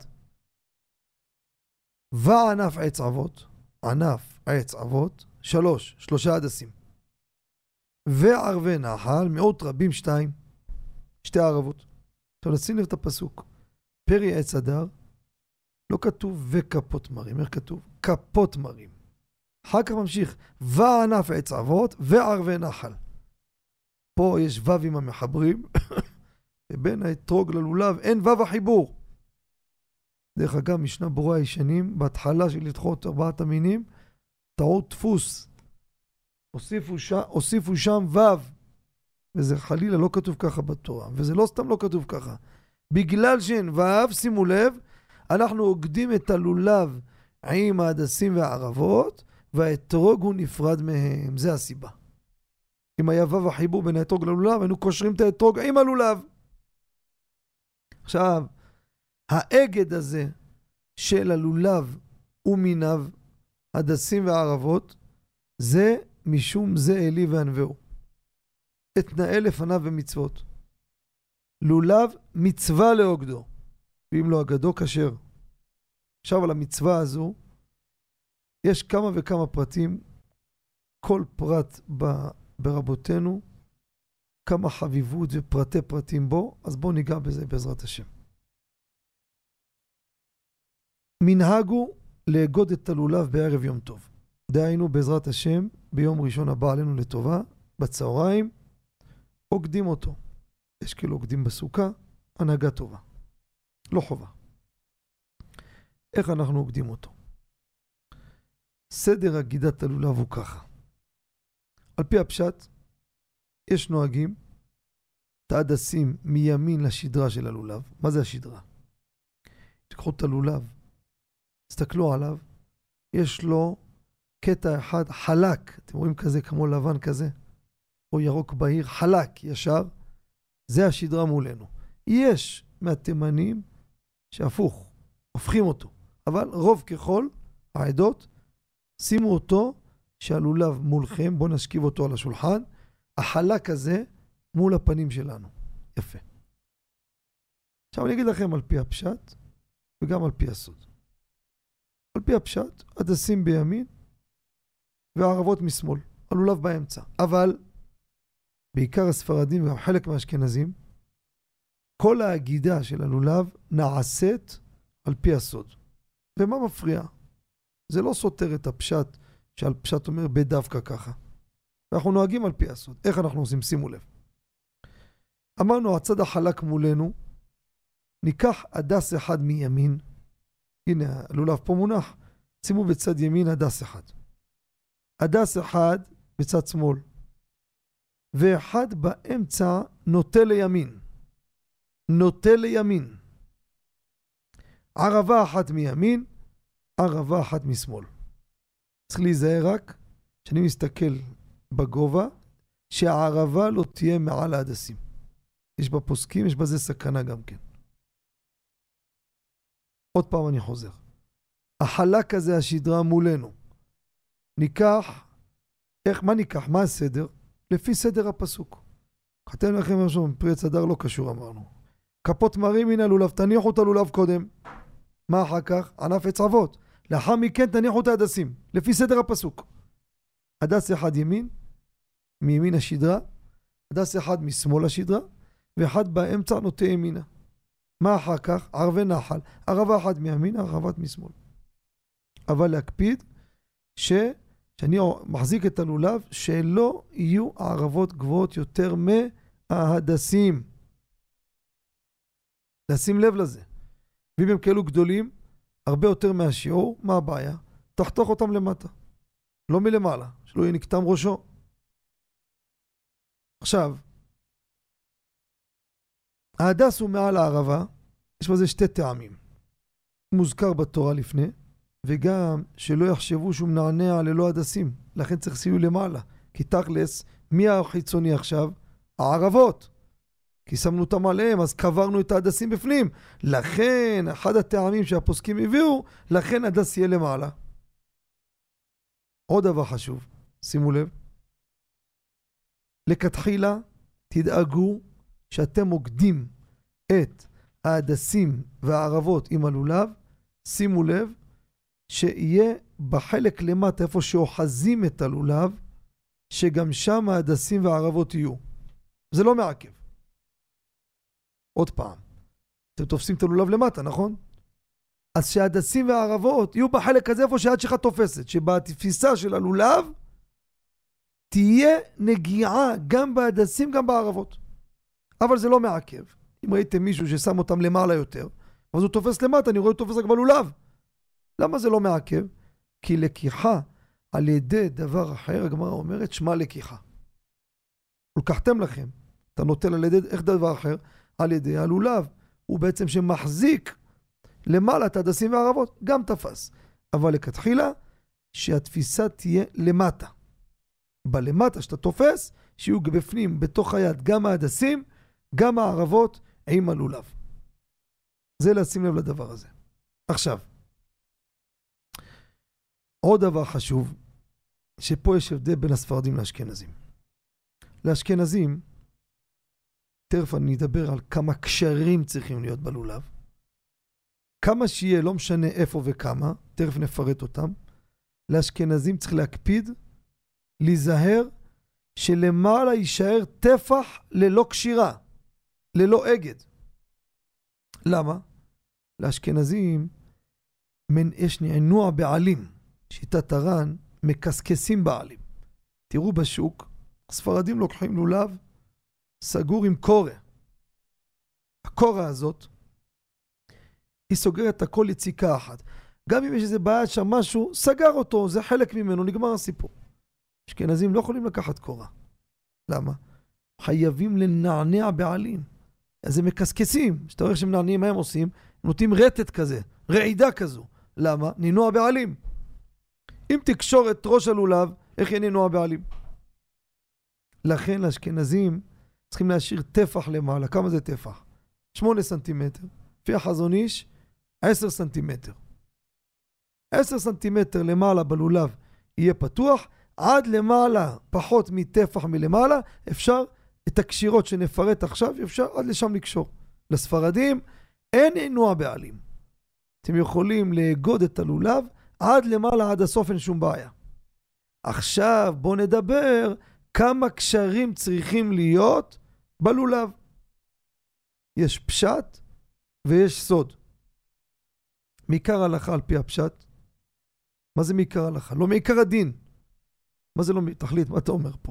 וענף עץ אבות, ענף עץ אבות, 3 הדסים. וערבי נחל, מאות רבים 2, 2 ערבות. עכשיו נשים לב את הפסוק. פרי עץ הדר, לא כתוב וכפות מרים, איך כתוב? כפות מרים. אחר כך ממשיך, וענף עץ אבות וערבי נחל. פה יש וו עם המחברים, ובין האתרוג ללולב אין וו החיבור. דרך אגב, משנה ברורה הישנים, בהתחלה של לדחות 4 המינים, טעות דפוס. הוסיפו שם וו, וזה חלילה לא כתוב ככה בתורה, וזה לא סתם לא כתוב ככה. בגלל שאין וו, שימו לב, אנחנו עוקדים את הלולב עם ההדסים והערבות, והאתרוג הוא נפרד מהם. זה הסיבה. אם היה וו החיבור בין האתרוג ללולב, היינו קושרים את האתרוג עם הלולב. עכשיו, האגד הזה של הלולב ומיניו, הדסים והערבות, זה משום זה אלי וענווהו. אתנאה לפניו ומצוות. לולב מצווה לאוגדו, ואם לא אגדו כשר. עכשיו על המצווה הזו, יש כמה וכמה פרטים, כל פרט ברבותינו, כמה חביבות ופרטי פרטים בו, אז בואו ניגע בזה בעזרת השם. מנהגו לאגוד את הלולב בערב יום טוב. דהיינו בעזרת השם, ביום ראשון הבא עלינו לטובה, בצהריים, אוגדים אותו. יש כאילו אוגדים בסוכה, הנהגה טובה. לא חובה. איך אנחנו אוגדים אותו? סדר הגידת הלולב הוא ככה. על פי הפשט, יש נוהגים את ההדסים מימין לשדרה של הלולב. מה זה השדרה? תקחו את הלולב, תסתכלו עליו, יש לו קטע אחד חלק, אתם רואים כזה כמו לבן כזה, או ירוק בהיר, חלק ישר, זה השדרה מולנו. יש מהתימנים שהפוך, הופכים אותו, אבל רוב ככל העדות, שימו אותו שהלולב מולכם, בואו נשכיב אותו על השולחן, החלק הזה מול הפנים שלנו. יפה. עכשיו אני אגיד לכם על פי הפשט וגם על פי הסוד. על פי הפשט, הדסים בימין והערבות משמאל, הלולב באמצע. אבל בעיקר הספרדים וגם חלק מהאשכנזים, כל ההגידה של הלולב נעשית על פי הסוד. ומה מפריע? זה לא סותר את הפשט, שעל פשט אומר בדווקא ככה. ואנחנו נוהגים על פי הסוד. איך אנחנו עושים? שימו לב. אמרנו, הצד החלק מולנו, ניקח הדס אחד מימין. הנה, הלולב פה מונח. שימו בצד ימין הדס אחד. הדס אחד בצד שמאל. ואחד באמצע נוטה לימין. נוטה לימין. ערבה אחת מימין, ערבה אחת משמאל. צריך להיזהר רק שאני מסתכל בגובה, שהערבה לא תהיה מעל ההדסים. יש בה פוסקים, יש בזה סכנה גם כן. עוד פעם אני חוזר. החלק הזה, השדרה מולנו. ניקח, מה ניקח? מה הסדר? לפי סדר הפסוק. חתן לכם משהו, פרי עץ הדר לא קשור אמרנו. כפות מרים מן הלולב, תניחו את הלולב קודם. מה אחר כך? ענף עץ אבות. לאחר מכן תניחו את ההדסים, לפי סדר הפסוק. הדס אחד ימין, מימין השדרה, הדס אחד משמאל השדרה, ואחד באמצע נוטה ימינה. מה אחר כך? ערבי נחל, ערבה אחת מימין, ערבת משמאל. אבל להקפיד שאני מחזיק את הלולב, שלא יהיו הערבות גבוהות יותר מההדסים. לשים לב לזה. ואם הם כאלו גדולים, הרבה יותר מהשיעור, מה הבעיה? תחתוך אותם למטה. לא מלמעלה, שלא יהיה נקטם ראשו. עכשיו, ההדס הוא מעל הערבה, יש בזה שתי טעמים. מוזכר בתורה לפני, וגם שלא יחשבו שהוא מנענע ללא הדסים, לכן צריך סיוע למעלה. כי תכלס, מי החיצוני עכשיו? הערבות. כי שמנו אותם עליהם, אז קברנו את ההדסים בפנים. לכן, אחד הטעמים שהפוסקים הביאו, לכן הדס יהיה למעלה. עוד דבר חשוב, שימו לב. לכתחילה, תדאגו שאתם מוקדים את ההדסים והערבות עם הלולב. שימו לב, שיהיה בחלק למטה, איפה שאוחזים את הלולב, שגם שם ההדסים והערבות יהיו. זה לא מעכב. עוד פעם, אתם תופסים את הלולב למטה, נכון? אז שההדסים והערבות יהיו בחלק הזה איפה שהיד שלך תופסת, שבתפיסה של הלולב תהיה נגיעה גם בהדסים גם בערבות. אבל זה לא מעכב. אם ראיתם מישהו ששם אותם למעלה יותר, אז הוא תופס למטה, אני רואה הוא תופס רק בלולב. למה זה לא מעכב? כי לקיחה על ידי דבר אחר, הגמרא אומרת, שמה לקיחה. ולקחתם לכם, אתה נוטל על ידי, איך דבר אחר? על ידי הלולב. הוא בעצם שמחזיק למעלה את ההדסים והערבות, גם תפס. אבל לכתחילה, שהתפיסה תהיה למטה. בלמטה שאתה תופס, שיהיו בפנים, בתוך היד, גם ההדסים, גם הערבות עם הלולב. זה לשים לב לדבר הזה. עכשיו, עוד דבר חשוב, שפה יש הבדל בין הספרדים לאשכנזים. לאשכנזים, תכף אני אדבר על כמה קשרים צריכים להיות בלולב. כמה שיהיה, לא משנה איפה וכמה, תכף נפרט אותם. לאשכנזים צריך להקפיד, להיזהר, שלמעלה יישאר טפח ללא קשירה, ללא אגד. למה? לאשכנזים יש נענוע בעלים. שיטת הר"ן מקסקסים בעלים. תראו בשוק, הספרדים לוקחים לולב סגור עם קורה. הקורה הזאת, היא סוגרת הכל יציקה אחת. גם אם יש איזה בעיה שם משהו, סגר אותו, זה חלק ממנו, נגמר הסיפור. אשכנזים לא יכולים לקחת קורה. למה? חייבים לנענע בעלים. אז הם מקסקסים. שאתה רואה שהם נענעים, מה הם עושים? הם נותנים רטט כזה, רעידה כזו. למה? נינוע בעלים. אם תקשור את ראש הלולב, איך יהיה נינוע בעלים? לכן לאשכנזים צריכים להשאיר טפח למעלה. כמה זה טפח? 8 סנטימטר. לפי החזון איש, 10 סנטימטר. 10 סנטימטר למעלה בלולב יהיה פתוח, עד למעלה, פחות מטפח מלמעלה, אפשר את הקשירות שנפרט עכשיו, אפשר עד לשם לקשור. לספרדים אין נינוע בעלים. אתם יכולים לאגוד את הלולב עד למעלה, עד הסוף, אין שום בעיה. עכשיו בואו נדבר כמה קשרים צריכים להיות בלולב. יש פשט ויש סוד. מעיקר הלכה על פי הפשט. מה זה מעיקר הלכה? לא מעיקר הדין. מה זה לא? תחליט, מה אתה אומר פה?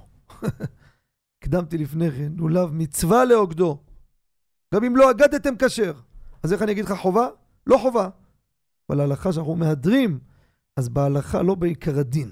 קדמתי לפני כן, לולב מצווה לאוגדו. גם אם לא אגדתם כשר. אז איך אני אגיד לך חובה? לא חובה. אבל ההלכה שאנחנו מהדרים, אז בהלכה לא בעיקר הדין.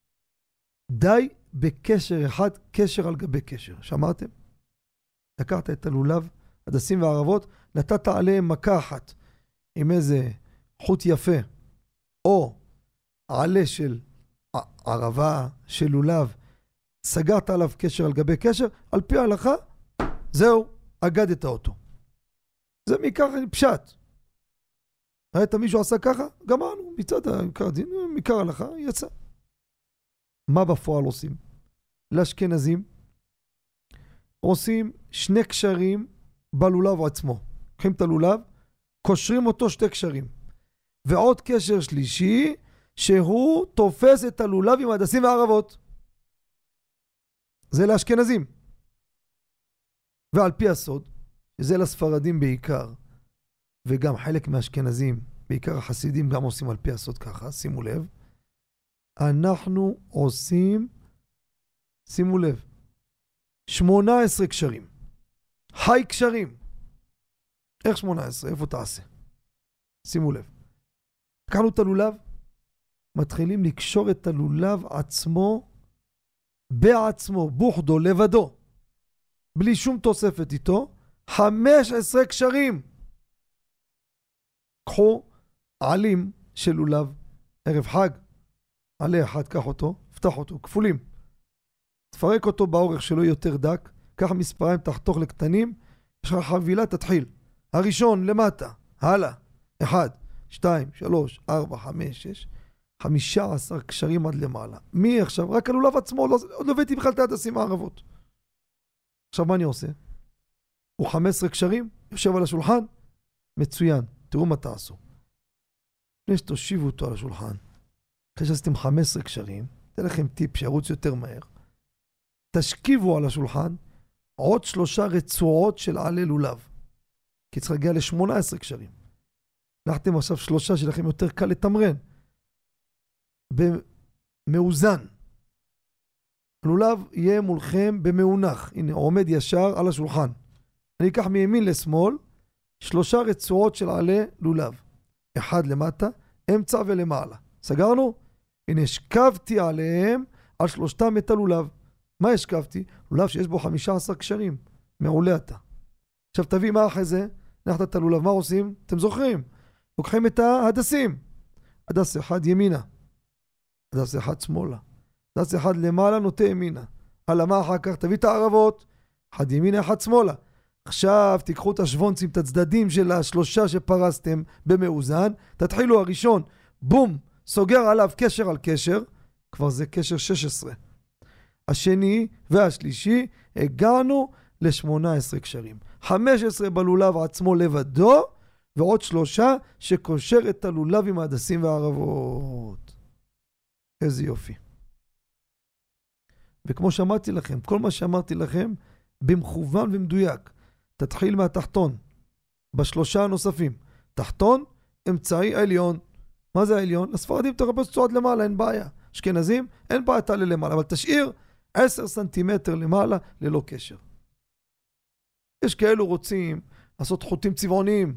די בקשר אחד, קשר על גבי קשר. שמעתם? לקחת את הלולב, הדסים והערבות, נתת עליהם מכה אחת, עם איזה חוט יפה, או עלה של ערבה, של לולב, סגרת עליו קשר על גבי קשר, על פי ההלכה, זהו, אגדת אותו. זה מכך פשט. ראית מישהו עשה ככה? גמרנו, מצד הדין, מכר הלכה, יצא. מה בפועל עושים? לאשכנזים עושים 2 קשרים בלולב עצמו. לוקחים את הלולב, קושרים אותו 2 קשרים. ועוד קשר שלישי, שהוא תופס את הלולב עם הדסים והערבות. זה לאשכנזים. ועל פי הסוד, שזה לספרדים בעיקר, וגם חלק מהאשכנזים, בעיקר החסידים, גם עושים על פי הסוד ככה, שימו לב. אנחנו עושים, שימו לב, 18 קשרים. חי קשרים. איך 18? איפה תעשה? שימו לב. לקחנו את הלולב, מתחילים לקשור את הלולב עצמו, בעצמו, בוחדו, לבדו, בלי שום תוספת איתו, 15 קשרים. קחו עלים של לולב, ערב חג, עלה אחד, קח אותו, פתח אותו, כפולים. תפרק אותו באורך שלו יותר דק, קח מספריים, תחתוך לקטנים, יש לך חבילה, תתחיל. הראשון למטה, הלאה, 1, 2, 3, 4, 5, 6, 15 קשרים עד למעלה. מי עכשיו? רק הלולב עצמו, עוד לא הבאתי בכלל את הדסים הערבות. עכשיו מה אני עושה? הוא 15 קשרים, יושב על השולחן, מצוין. תראו מה תעשו. לפני שתושיבו אותו על השולחן, אחרי שעשיתם 15 קשרים, אתן לכם טיפ שירוץ יותר מהר. תשכיבו על השולחן עוד 3 רצועות של עלי לולב. כי צריך להגיע ל18 קשרים. הלכתם עכשיו 3 שלכם יותר קל לתמרן. במאוזן. הלולב יהיה מולכם במאונח. הנה, עומד ישר על השולחן. אני אקח מימין לשמאל 3 רצועות של עלי לולב. 1 למטה, אמצע ולמעלה. סגרנו? הנה, השכבתי עליהם על 3 את הלולב. מה השכבתי? לולב שיש בו 15 קשרים. מעולה אתה. עכשיו תביא מה אחרי זה? נחת את הלולב. מה עושים? אתם זוכרים? לוקחים את ההדסים. הדס אחד ימינה. דס אחד שמאלה. דס אחד למעלה נוטה ימינה. הלאה, מה אחר כך? תביא את הערבות. אחד ימינה, אחד שמאלה. עכשיו תיקחו את השוונצים, את הצדדים של השלושה שפרסתם במאוזן. תתחילו הראשון, בום, סוגר עליו קשר על קשר. כבר זה קשר 16. השני והשלישי, הגענו ל-18 קשרים. 15 בלולב עצמו לבדו, ועוד 3 שקושר את הלולב עם ההדסים והערבות. איזה יופי. וכמו שאמרתי לכם, כל מה שאמרתי לכם, במכוון ומדויק. תתחיל מהתחתון, בשלושה הנוספים. תחתון, אמצעי, עליון. מה זה העליון? לספרדים תחפש צועד למעלה, אין בעיה. אשכנזים, אין בעיה תעלה למעלה, אבל תשאיר 10 סנטימטר למעלה ללא קשר. יש כאלו רוצים לעשות חוטים צבעוניים.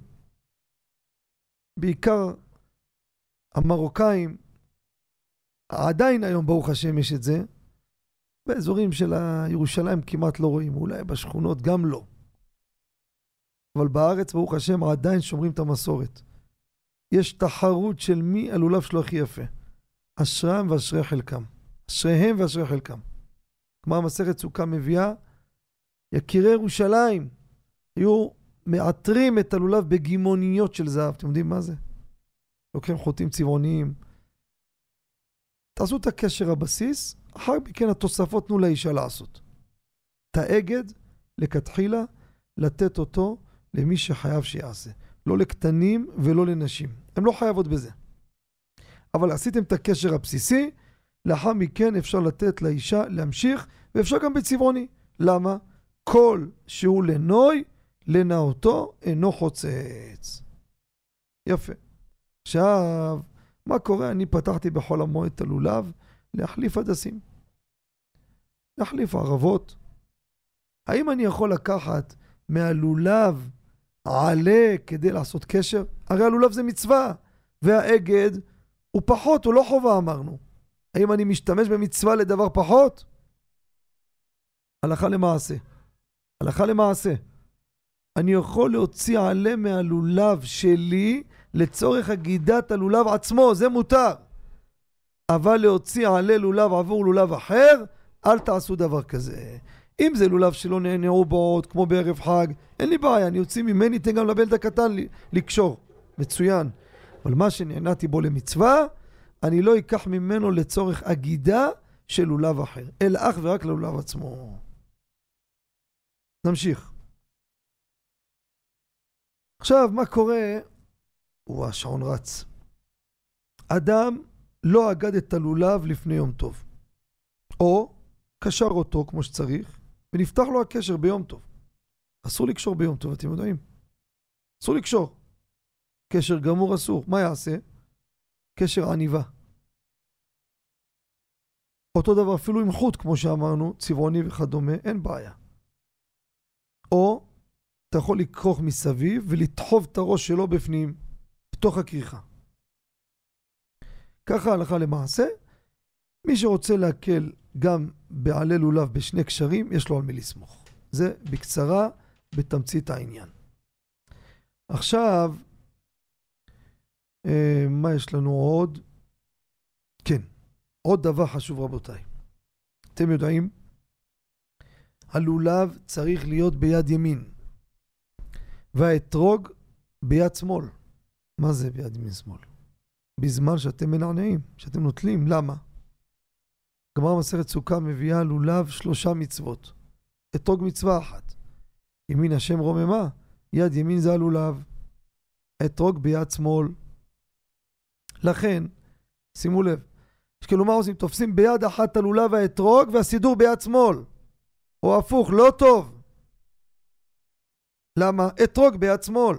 בעיקר המרוקאים, עדיין היום ברוך השם יש את זה. באזורים של ירושלים כמעט לא רואים, אולי בשכונות גם לא. אבל בארץ ברוך השם עדיין שומרים את המסורת. יש תחרות של מי הלולב שלו הכי יפה. אשריהם ואשרי חלקם. אשריהם ואשרי חלקם. כמו המסכת סוכה מביאה, יקירי ירושלים היו מעטרים את הלולב בגימוניות של זהב. אתם יודעים מה זה? לוקחים חוטים צבעוניים. תעשו את הקשר הבסיס, אחר מכן התוספות תנו לאישה לעשות. את האגד, לכתחילה, לתת אותו למי שחייב שיעשה. לא לקטנים ולא לנשים. הם לא חייבות בזה. אבל עשיתם את הקשר הבסיסי, לאחר מכן אפשר לתת לאישה להמשיך, ואפשר גם בצבעוני. למה? כל שהוא לנוי, לנאותו אינו חוצץ. יפה. עכשיו, מה קורה? אני פתחתי בחול המועד את הלולב להחליף הדסים. להחליף ערבות. האם אני יכול לקחת מהלולב עלה כדי לעשות קשר? הרי הלולב זה מצווה, והאגד הוא פחות, הוא לא חובה אמרנו. האם אני משתמש במצווה לדבר פחות? הלכה למעשה. הלכה למעשה. אני יכול להוציא עלה מהלולב שלי לצורך הגידת הלולב עצמו, זה מותר. אבל להוציא עלה לולב עבור לולב אחר, אל תעשו דבר כזה. אם זה לולב שלא נהנעו בו עוד, כמו בערב חג, אין לי בעיה, אני יוציא ממני, תן גם לבלד הקטן לקשור. מצוין. אבל מה שנהנעתי בו למצווה, אני לא אקח ממנו לצורך הגידה של לולב אחר, אלא אך ורק ללולב עצמו. נמשיך. עכשיו, מה קורה? השעון רץ. אדם לא אגד את הלולב לפני יום טוב. או קשר אותו כמו שצריך, ונפתח לו הקשר ביום טוב. אסור לקשור ביום טוב, אתם יודעים? אסור לקשור. קשר גמור אסור. מה יעשה? קשר עניבה. אותו דבר אפילו עם חוט, כמו שאמרנו, צבעוני וכדומה, אין בעיה. או אתה יכול לקרוך מסביב ולתחוב את הראש שלו בפנים, בתוך הכריכה. ככה הלכה למעשה. מי שרוצה להקל גם בעלה לולב בשני קשרים, יש לו על מי לסמוך. זה בקצרה, בתמצית העניין. עכשיו, מה יש לנו עוד? כן, עוד דבר חשוב רבותיי. אתם יודעים, הלולב צריך להיות ביד ימין, והאתרוג ביד שמאל. מה זה ביד ימין שמאל? בזמן שאתם מנענעים, שאתם נוטלים. למה? גמרא מסכת סוכה מביאה לולב 3 מצוות. אתרוג מצווה אחת. ימין השם רוממה, יד ימין זה הלולב. אתרוג ביד שמאל. לכן, שימו לב, שכאילו מה עושים? תופסים ביד אחת הלולב והאתרוג והסידור ביד שמאל. או הפוך, לא טוב. למה? אתרוג ביד שמאל.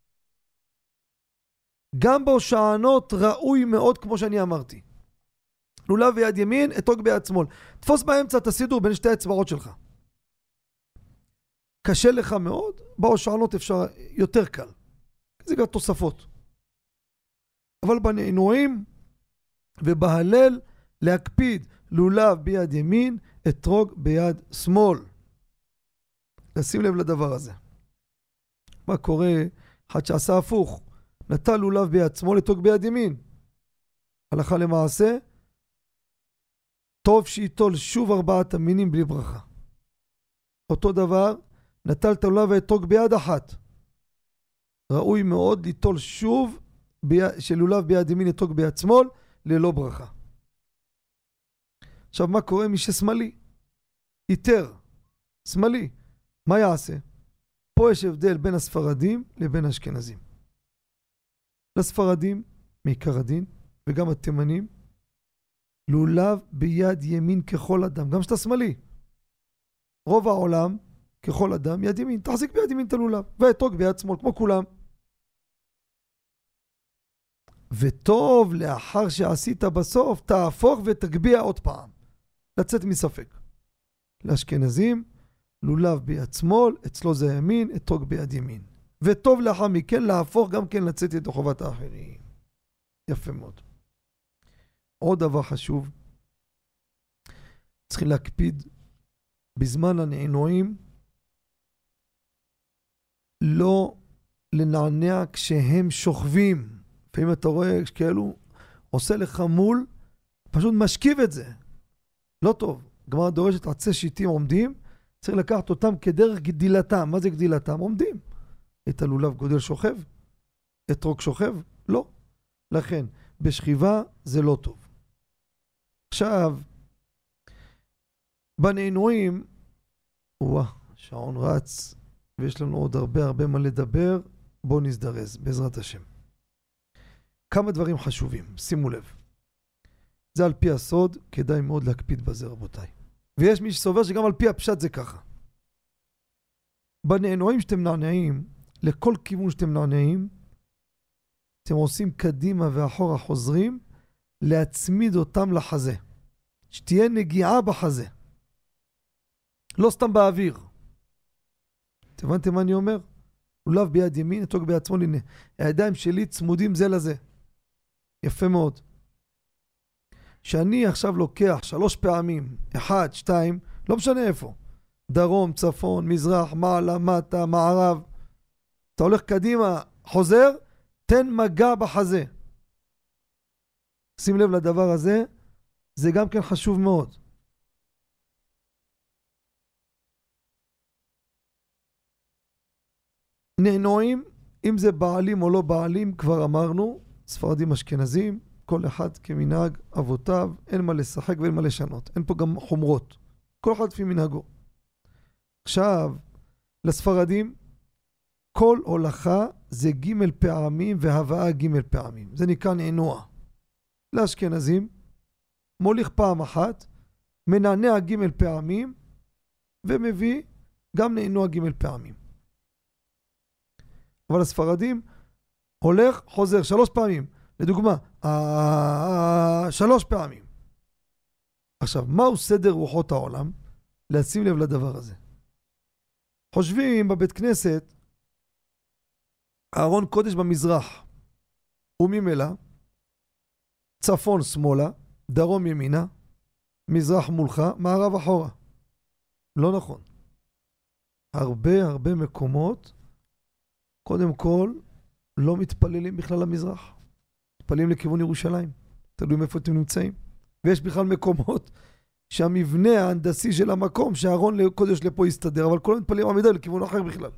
גם בהושענות ראוי מאוד כמו שאני אמרתי. לולב ביד ימין, אתרוג ביד שמאל. תפוס באמצע את הסידור בין שתי האצבעות שלך. קשה לך מאוד, בהושענות אפשר יותר קל. זה גם תוספות. אבל בנענועים ובהלל להקפיד לולב ביד ימין, אתרוג ביד שמאל. לשים לב לדבר הזה. מה קורה? אחד שעשה הפוך. נטל לולב ביד שמאל, אתרוג ביד ימין. הלכה למעשה, טוב שיטול שוב 4 המינים בלי ברכה. אותו דבר, נטלת לולב ואתרוג ביד אחת. ראוי מאוד ליטול שוב של לולב ביד ימין אתרוג ביד שמאל ללא ברכה. עכשיו מה קורה מי ששמאלי? איתר, שמאלי, מה יעשה? פה יש הבדל בין הספרדים לבין האשכנזים. לספרדים, מעיקר הדין, וגם התימנים, לולב ביד ימין ככל אדם, גם שאתה שמאלי. רוב העולם, ככל אדם, יד ימין, תחזיק ביד ימין את הלולב, ואתרוג ביד שמאל, כמו כולם. וטוב לאחר שעשית בסוף, תהפוך ותגביע עוד פעם, לצאת מספק. לאשכנזים, לולב ביד שמאל, אצלו זה ימין, אתרוג ביד ימין. וטוב לאחר מכן להפוך גם כן לצאת את חובת האחרים. יפה מאוד. עוד דבר חשוב, צריכים להקפיד בזמן הנענועים לא לנענע כשהם שוכבים. לפעמים אתה רואה כאלו עושה לך מול, פשוט משכיב את זה. לא טוב. גמרא דורשת עצי שיטים עומדים, צריך לקחת אותם כדרך גדילתם. מה זה גדילתם? עומדים. את הלולב גודל שוכב? אתרוג שוכב? לא. לכן, בשכיבה זה לא טוב. עכשיו, בנענועים, שעון רץ, ויש לנו עוד הרבה מה לדבר, בואו נזדרז, בעזרת השם. כמה דברים חשובים, שימו לב. זה על פי הסוד, כדאי מאוד להקפיד בזה רבותיי. ויש מי שסובר שגם על פי הפשט זה ככה. בנענועים שאתם נענעים, לכל כיוון שאתם נענעים, אתם עושים קדימה ואחורה חוזרים, להצמיד אותם לחזה. שתהיה נגיעה בחזה. לא סתם באוויר. אתם הבנתם מה אני אומר? לולב ביד ימין, אתרוג ביד שמאל, הנה. הידיים שלי צמודים זה לזה. יפה מאוד. שאני עכשיו לוקח 3 פעמים, 1, 2, לא משנה איפה. דרום, צפון, מזרח, מעלה, מטה, מערב. אתה הולך קדימה, חוזר, תן מגע בחזה. שים לב לדבר הזה, זה גם כן חשוב מאוד. נענועים, אם זה בעלים או לא בעלים, כבר אמרנו, ספרדים אשכנזים, כל אחד כמנהג אבותיו, אין מה לשחק ואין מה לשנות. אין פה גם חומרות. כל אחד לפי מנהגו. עכשיו, לספרדים, כל הולכה זה ג' פעמים והבאה ג' פעמים. זה נקרא נענוע. לאשכנזים, מוליך פעם אחת, מנענע ג' פעמים, ומביא גם נענוע ג' פעמים. אבל הספרדים, הולך, חוזר 3 פעמים. לדוגמה, 3 פעמים. עכשיו, מהו סדר רוחות העולם? לשים לב לדבר הזה. חושבים בבית כנסת, ארון קודש במזרח, וממילא, צפון שמאלה, דרום ימינה, מזרח מולך, מערב אחורה. לא נכון. הרבה מקומות, קודם כל, לא מתפללים בכלל למזרח. מתפללים לכיוון ירושלים. תלוי איפה אתם נמצאים. ויש בכלל מקומות שהמבנה ההנדסי של המקום, שהארון קודש לפה יסתדר, אבל כל מתפללים עמידה לכיוון אחר בכלל.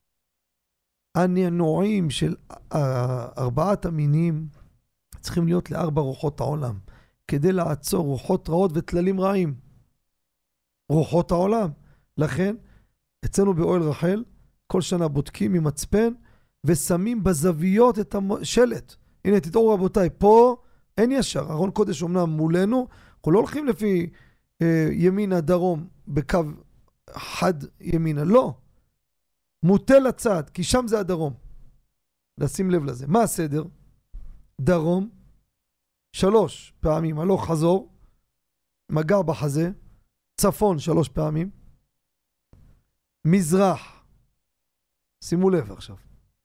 הנענועים של 4 המינים צריכים להיות ל4 רוחות העולם, כדי לעצור רוחות רעות וטללים רעים. רוחות העולם. לכן, אצלנו באוהל רחל, כל שנה בודקים עם מצפן, ושמים בזוויות את השלט. הנה, תתעוררו רבותיי, פה אין ישר. ארון קודש אומנם מולנו, אנחנו לא הולכים לפי ימינה דרום בקו חד ימינה, לא. מוטה לצד, כי שם זה הדרום. לשים לב לזה. מה הסדר? דרום, 3 פעמים, הלוך חזור, מגע בחזה, צפון 3 פעמים, מזרח, שימו לב עכשיו,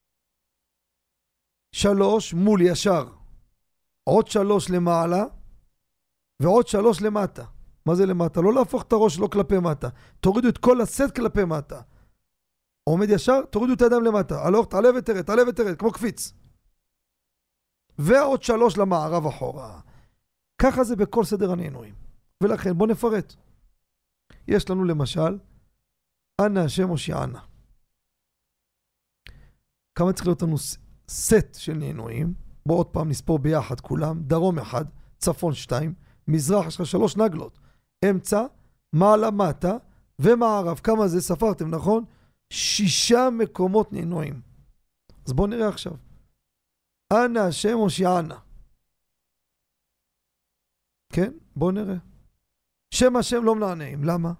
3 מול ישר, עוד 3 למעלה, ועוד 3 למטה. מה זה למטה? לא להפוך את הראש לא כלפי מטה. תורידו את כל הסט כלפי מטה. עומד ישר, תורידו את הידיים למטה. הלוך, תעלה ותרד, כמו קפיץ. ועוד 3 למערב אחורה. ככה זה בכל סדר הנענועים. ולכן בוא נפרט. יש לנו למשל, אנא השם הושיענה. כמה צריך להיות לנו סט של נענועים? בוא עוד פעם נספור ביחד כולם. דרום 1, צפון 2, מזרח יש לך 3 נגלות. אמצע, מעלה מטה ומערב. כמה זה? ספרתם, נכון? 6 מקומות נענועים. אז בואו נראה עכשיו. אנא השם הושיענה. כן? בואו נראה. שם השם לא מנענעים. למה?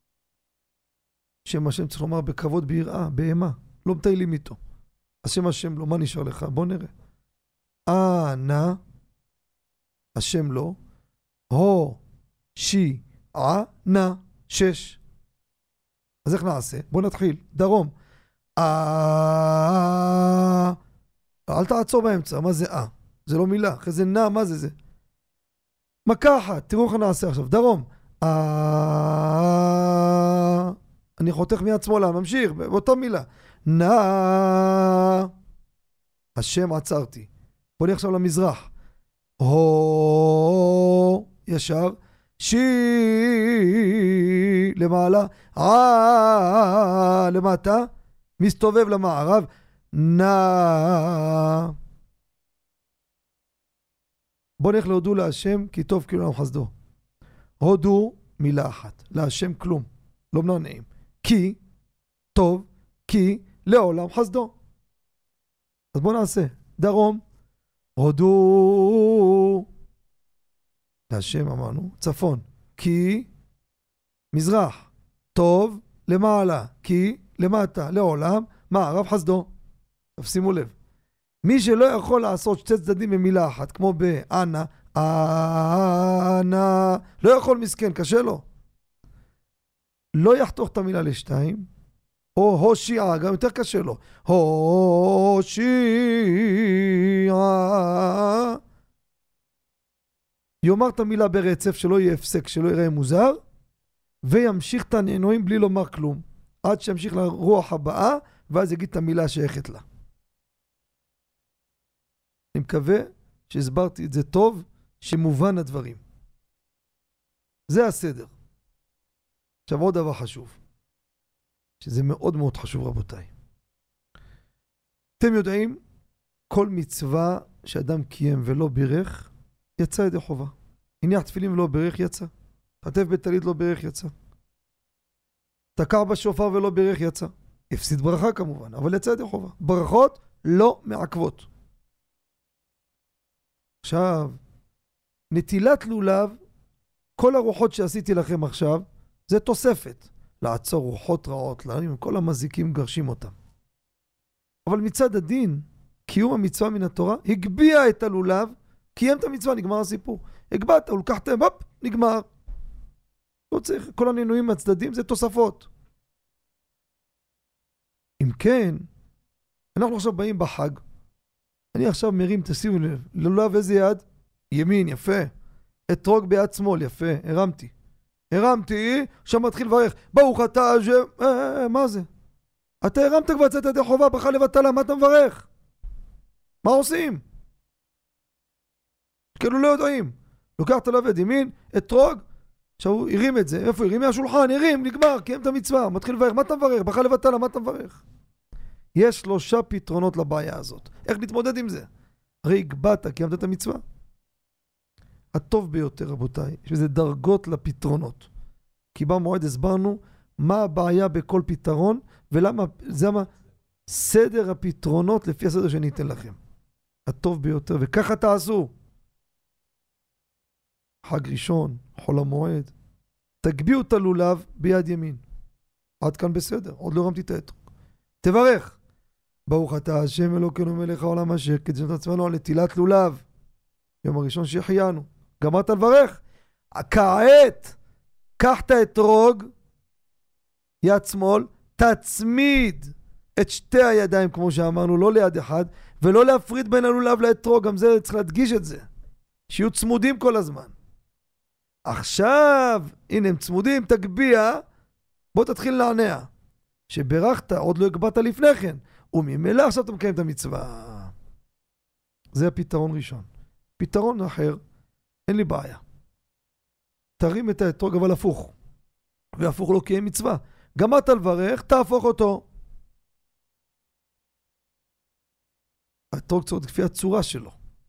שם השם צריך לומר בכבוד, ביראה, בהמה. לא מטיילים איתו. אז שם השם לא, מה נשאר לך? בואו נראה. אנא, השם לא, הושיענה, 6. אז איך נעשה? בואו נתחיל. דרום. אל תעצור באמצע. מה זה זה לא מילה. אחרי זה נע, מה זה? מכה אחת. תראו איך נעשה עכשיו. דרום. אני חותך מיד שמאלה. ממשיך. באותה מילה. נע. השם עצרתי. בואו נלך עכשיו למזרח. ישר. למעלה. למטה. מסתובב למערב. בואו נלך להודו להשם כי טוב כאילו לעולם חסדו. הודו מילה אחת. להשם כלום. לא מנענעים. כי טוב כי לעולם חסדו. אז בואו נעשה. דרום. הודו להשם אמרנו. צפון. כי מזרח. טוב למעלה. כי למטה לעולם מערב חסדו. שימו לב. מי שלא יכול לעשות 2 צדדים במילה אחת, כמו באנה, אנה, לא יכול מסכן, קשה לו. לא יחתוך את המילה ל2, או הושיע, גם יותר קשה לו. הושיע. יאמר את המילה ברצף, שלא יהיה הפסק, שלא יראה מוזר, וימשיך את הנענועים בלי לומר כלום, עד שימשיך לרוח הבאה, ואז יגיד את המילה שייכת לה. אני מקווה שהסברתי את זה טוב, שמובן הדברים. זה הסדר. עכשיו עוד דבר חשוב, שזה מאוד מאוד חשוב רבותיי. אתם יודעים, כל מצווה שאדם קיים ולא בירך, יצא ידי חובה. הניח תפילין ולא בירך, יצא. חטף בטלית לא בירך, יצא. תקע בשופר ולא בירך, יצא. הפסיד ברכה כמובן, אבל יצא ידי חובה. ברכות לא מעכבות. עכשיו, נטילת לולב, כל הרוחות שעשיתי לכם עכשיו, זה תוספת. לעצור רוחות רעות, עם כל המזיקים גרשים אותם. אבל מצד הדין, קיום המצווה מן התורה, הגביע את הלולב, קיים את המצווה, נגמר הסיפור. הגבעת, הוא לקחתם, הופ, נגמר. לא צריך, כל הנענועים מהצדדים זה תוספות. אם כן, אנחנו עכשיו באים בחג, אני עכשיו מרים, תשימו לב, לולב איזה יד? ימין, יפה. אתרוג ביד שמאל, יפה, הרמתי, עכשיו מתחיל לברך, ברוך אתה, מה זה? אתה הרמת כבר צאת ידי חובה, ברכה לבטלה, מה אתה מברך? מה עושים? כאילו לא יודעים. לוקח את הלב יד ימין, אתרוג, עכשיו הוא הרים את זה, איפה הרים? מהשולחן, הרים, נגמר, קיים את המצווה, מתחיל לברך, מה אתה מברך? ברכה לבטלה, מה אתה מברך? יש 3 פתרונות לבעיה הזאת. איך נתמודד עם זה? הרי הגבעת, קיימת את המצווה. הטוב ביותר רבותיי, יש בזה דרגות לפתרונות. כי במועד הסברנו מה הבעיה בכל פתרון, ולמה, זה מה סדר הפתרונות לפי הסדר שאני אתן לכם. הטוב ביותר, וככה תעשו. חג ראשון, חול המועד, תגביעו את הלולב ביד ימין. עד כאן בסדר, עוד לא הרמתי את האתרוג. תברך. ברוך אתה השם אלוקינו מלך העולם אשר קידשנו את עצמנו על נטילת לולב. יום הראשון שהחיינו. גמרת לברך. כעת, קח את האתרוג, יד שמאל, תצמיד את 2 הידיים כמו שאמרנו, לא ליד אחד, ולא להפריד בין הלולב לאתרוג, גם זה צריך להדגיש את זה. שיהיו צמודים כל הזמן. עכשיו, הנה הם צמודים, תגביע, בוא תתחיל לענע. שברכת, עוד לא הגבעת לפני כן, וממילא עכשיו אתה מקיים את המצווה. זה הפתרון ראשון. פתרון אחר, אין לי בעיה. תרים את האתרוג, אבל הפוך. והפוך לא קיים מצווה. גמרת לברך, תהפוך אותו. האתרוג צריך לפי הצורה שלו.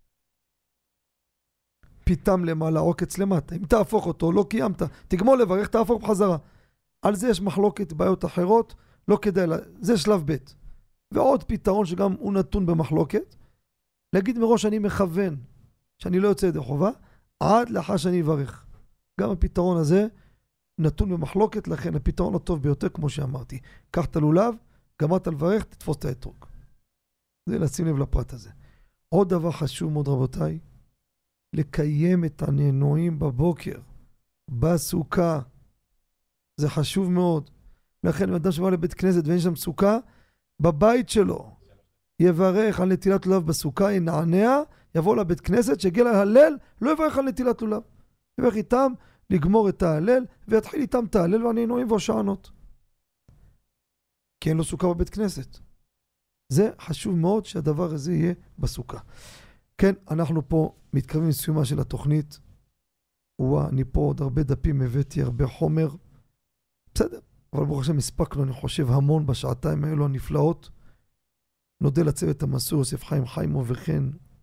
פיתם למעלה, עוקץ למטה. אם תהפוך אותו, לא קיימת. תגמור לברך, תהפוך בחזרה. על זה יש מחלוקת, בעיות אחרות, לא כדאי, זה שלב ב'. ועוד פתרון שגם הוא נתון במחלוקת, להגיד מראש אני מכוון, שאני לא יוצא ידי חובה, עד לאחר שאני אברך. גם הפתרון הזה נתון במחלוקת, לכן הפתרון הטוב ביותר, כמו שאמרתי. קח את הלולב, גמרת לברך, תתפוס את האתרוג. זה לשים לב לפרט הזה. עוד דבר חשוב מאוד רבותיי, לקיים את הנענועים בבוקר, בסוכה. זה חשוב מאוד. לכן אם אדם שבא לבית כנסת ואין שם סוכה, בבית שלו יברך על נטילת לולב בסוכה, ינענע, יבוא לבית כנסת, שיגיע להלל, לא יברך על נטילת לולב. יברך איתם לגמור את ההלל, ויתחיל איתם את ההלל והנענועים והשענות. כי אין לו סוכה בבית כנסת. זה חשוב מאוד שהדבר הזה יהיה בסוכה. כן, אנחנו פה מתקרבים לסיומה של התוכנית. אני פה עוד הרבה דפים, הבאתי הרבה חומר. בסדר, אבל ברוך השם הספקנו, אני חושב, המון בשעתיים האלו הנפלאות. נודה לצוות המסור, יוסף חיים חיימו וכן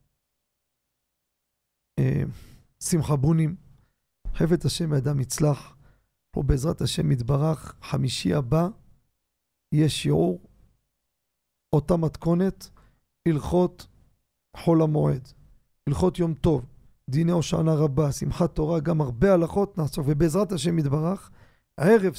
שמחה בונים. חפץ השם האדם יצלח. פה בעזרת השם יתברך, חמישי הבא יהיה שיעור, אותה מתכונת, הלכות חול המועד, הלכות יום טוב, דיני הושענא רבה, שמחת תורה, גם הרבה הלכות נעסוק, ובעזרת השם יתברך, ערב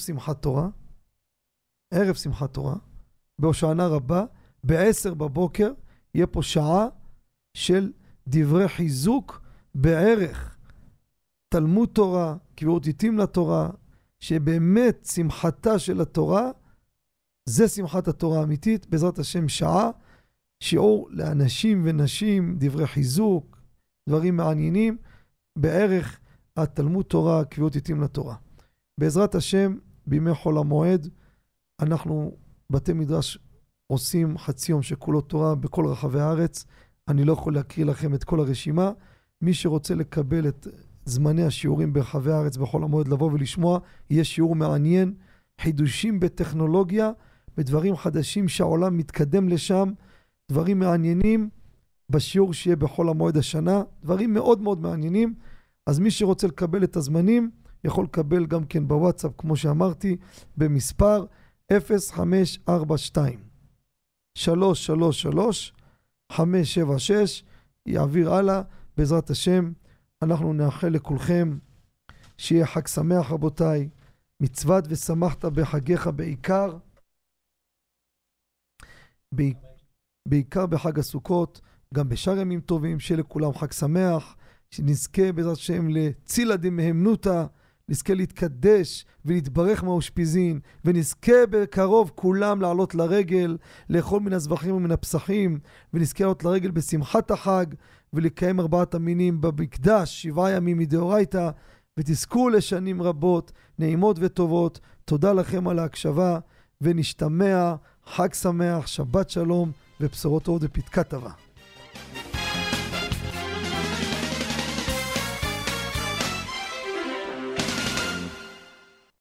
שמחת תורה, בהושענא רבה, ב-10 בבוקר, יהיה פה שעה של דברי חיזוק בערך תלמוד תורה, קביעות עיתים לתורה, שבאמת שמחתה של התורה, זה שמחת התורה האמיתית, בעזרת השם שעה, שיעור לאנשים ונשים, דברי חיזוק, דברים מעניינים, בערך התלמוד תורה, קביעות עיתים לתורה. בעזרת השם, בימי חול המועד, אנחנו בתי מדרש עושים חצי יום שכולו תורה בכל רחבי הארץ. אני לא יכול להקריא לכם את כל הרשימה. מי שרוצה לקבל את זמני השיעורים ברחבי הארץ בחול המועד, לבוא ולשמוע, יהיה שיעור מעניין, חידושים בטכנולוגיה, בדברים חדשים שהעולם מתקדם לשם, דברים מעניינים בשיעור שיהיה בחול המועד השנה, דברים מאוד מאוד מעניינים. אז מי שרוצה לקבל את הזמנים, יכול לקבל גם כן בוואטסאפ, כמו שאמרתי, במספר 0542 333 576, יעביר הלאה. בעזרת השם, אנחנו נאחל לכולכם שיהיה חג שמח רבותיי, מצוות ושמחת בחגיך בעיקר בחג הסוכות, גם בשאר ימים טובים, שיהיה לכולם חג שמח, שנזכה בעזרת השם לצילה דמהמנותא, נזכה להתקדש ולהתברך מהאושפיזין, ונזכה בקרוב כולם לעלות לרגל, לאכול מן הזבחים ומן הפסחים, ונזכה לעלות לרגל בשמחת החג, ולקיים 4 המינים במקדש 7 ימים מדאורייתא, ותזכו לשנים רבות, נעימות וטובות. תודה לכם על ההקשבה, ונשתמע, חג שמח, שבת שלום, ובשורות טובות ופתקה טובה.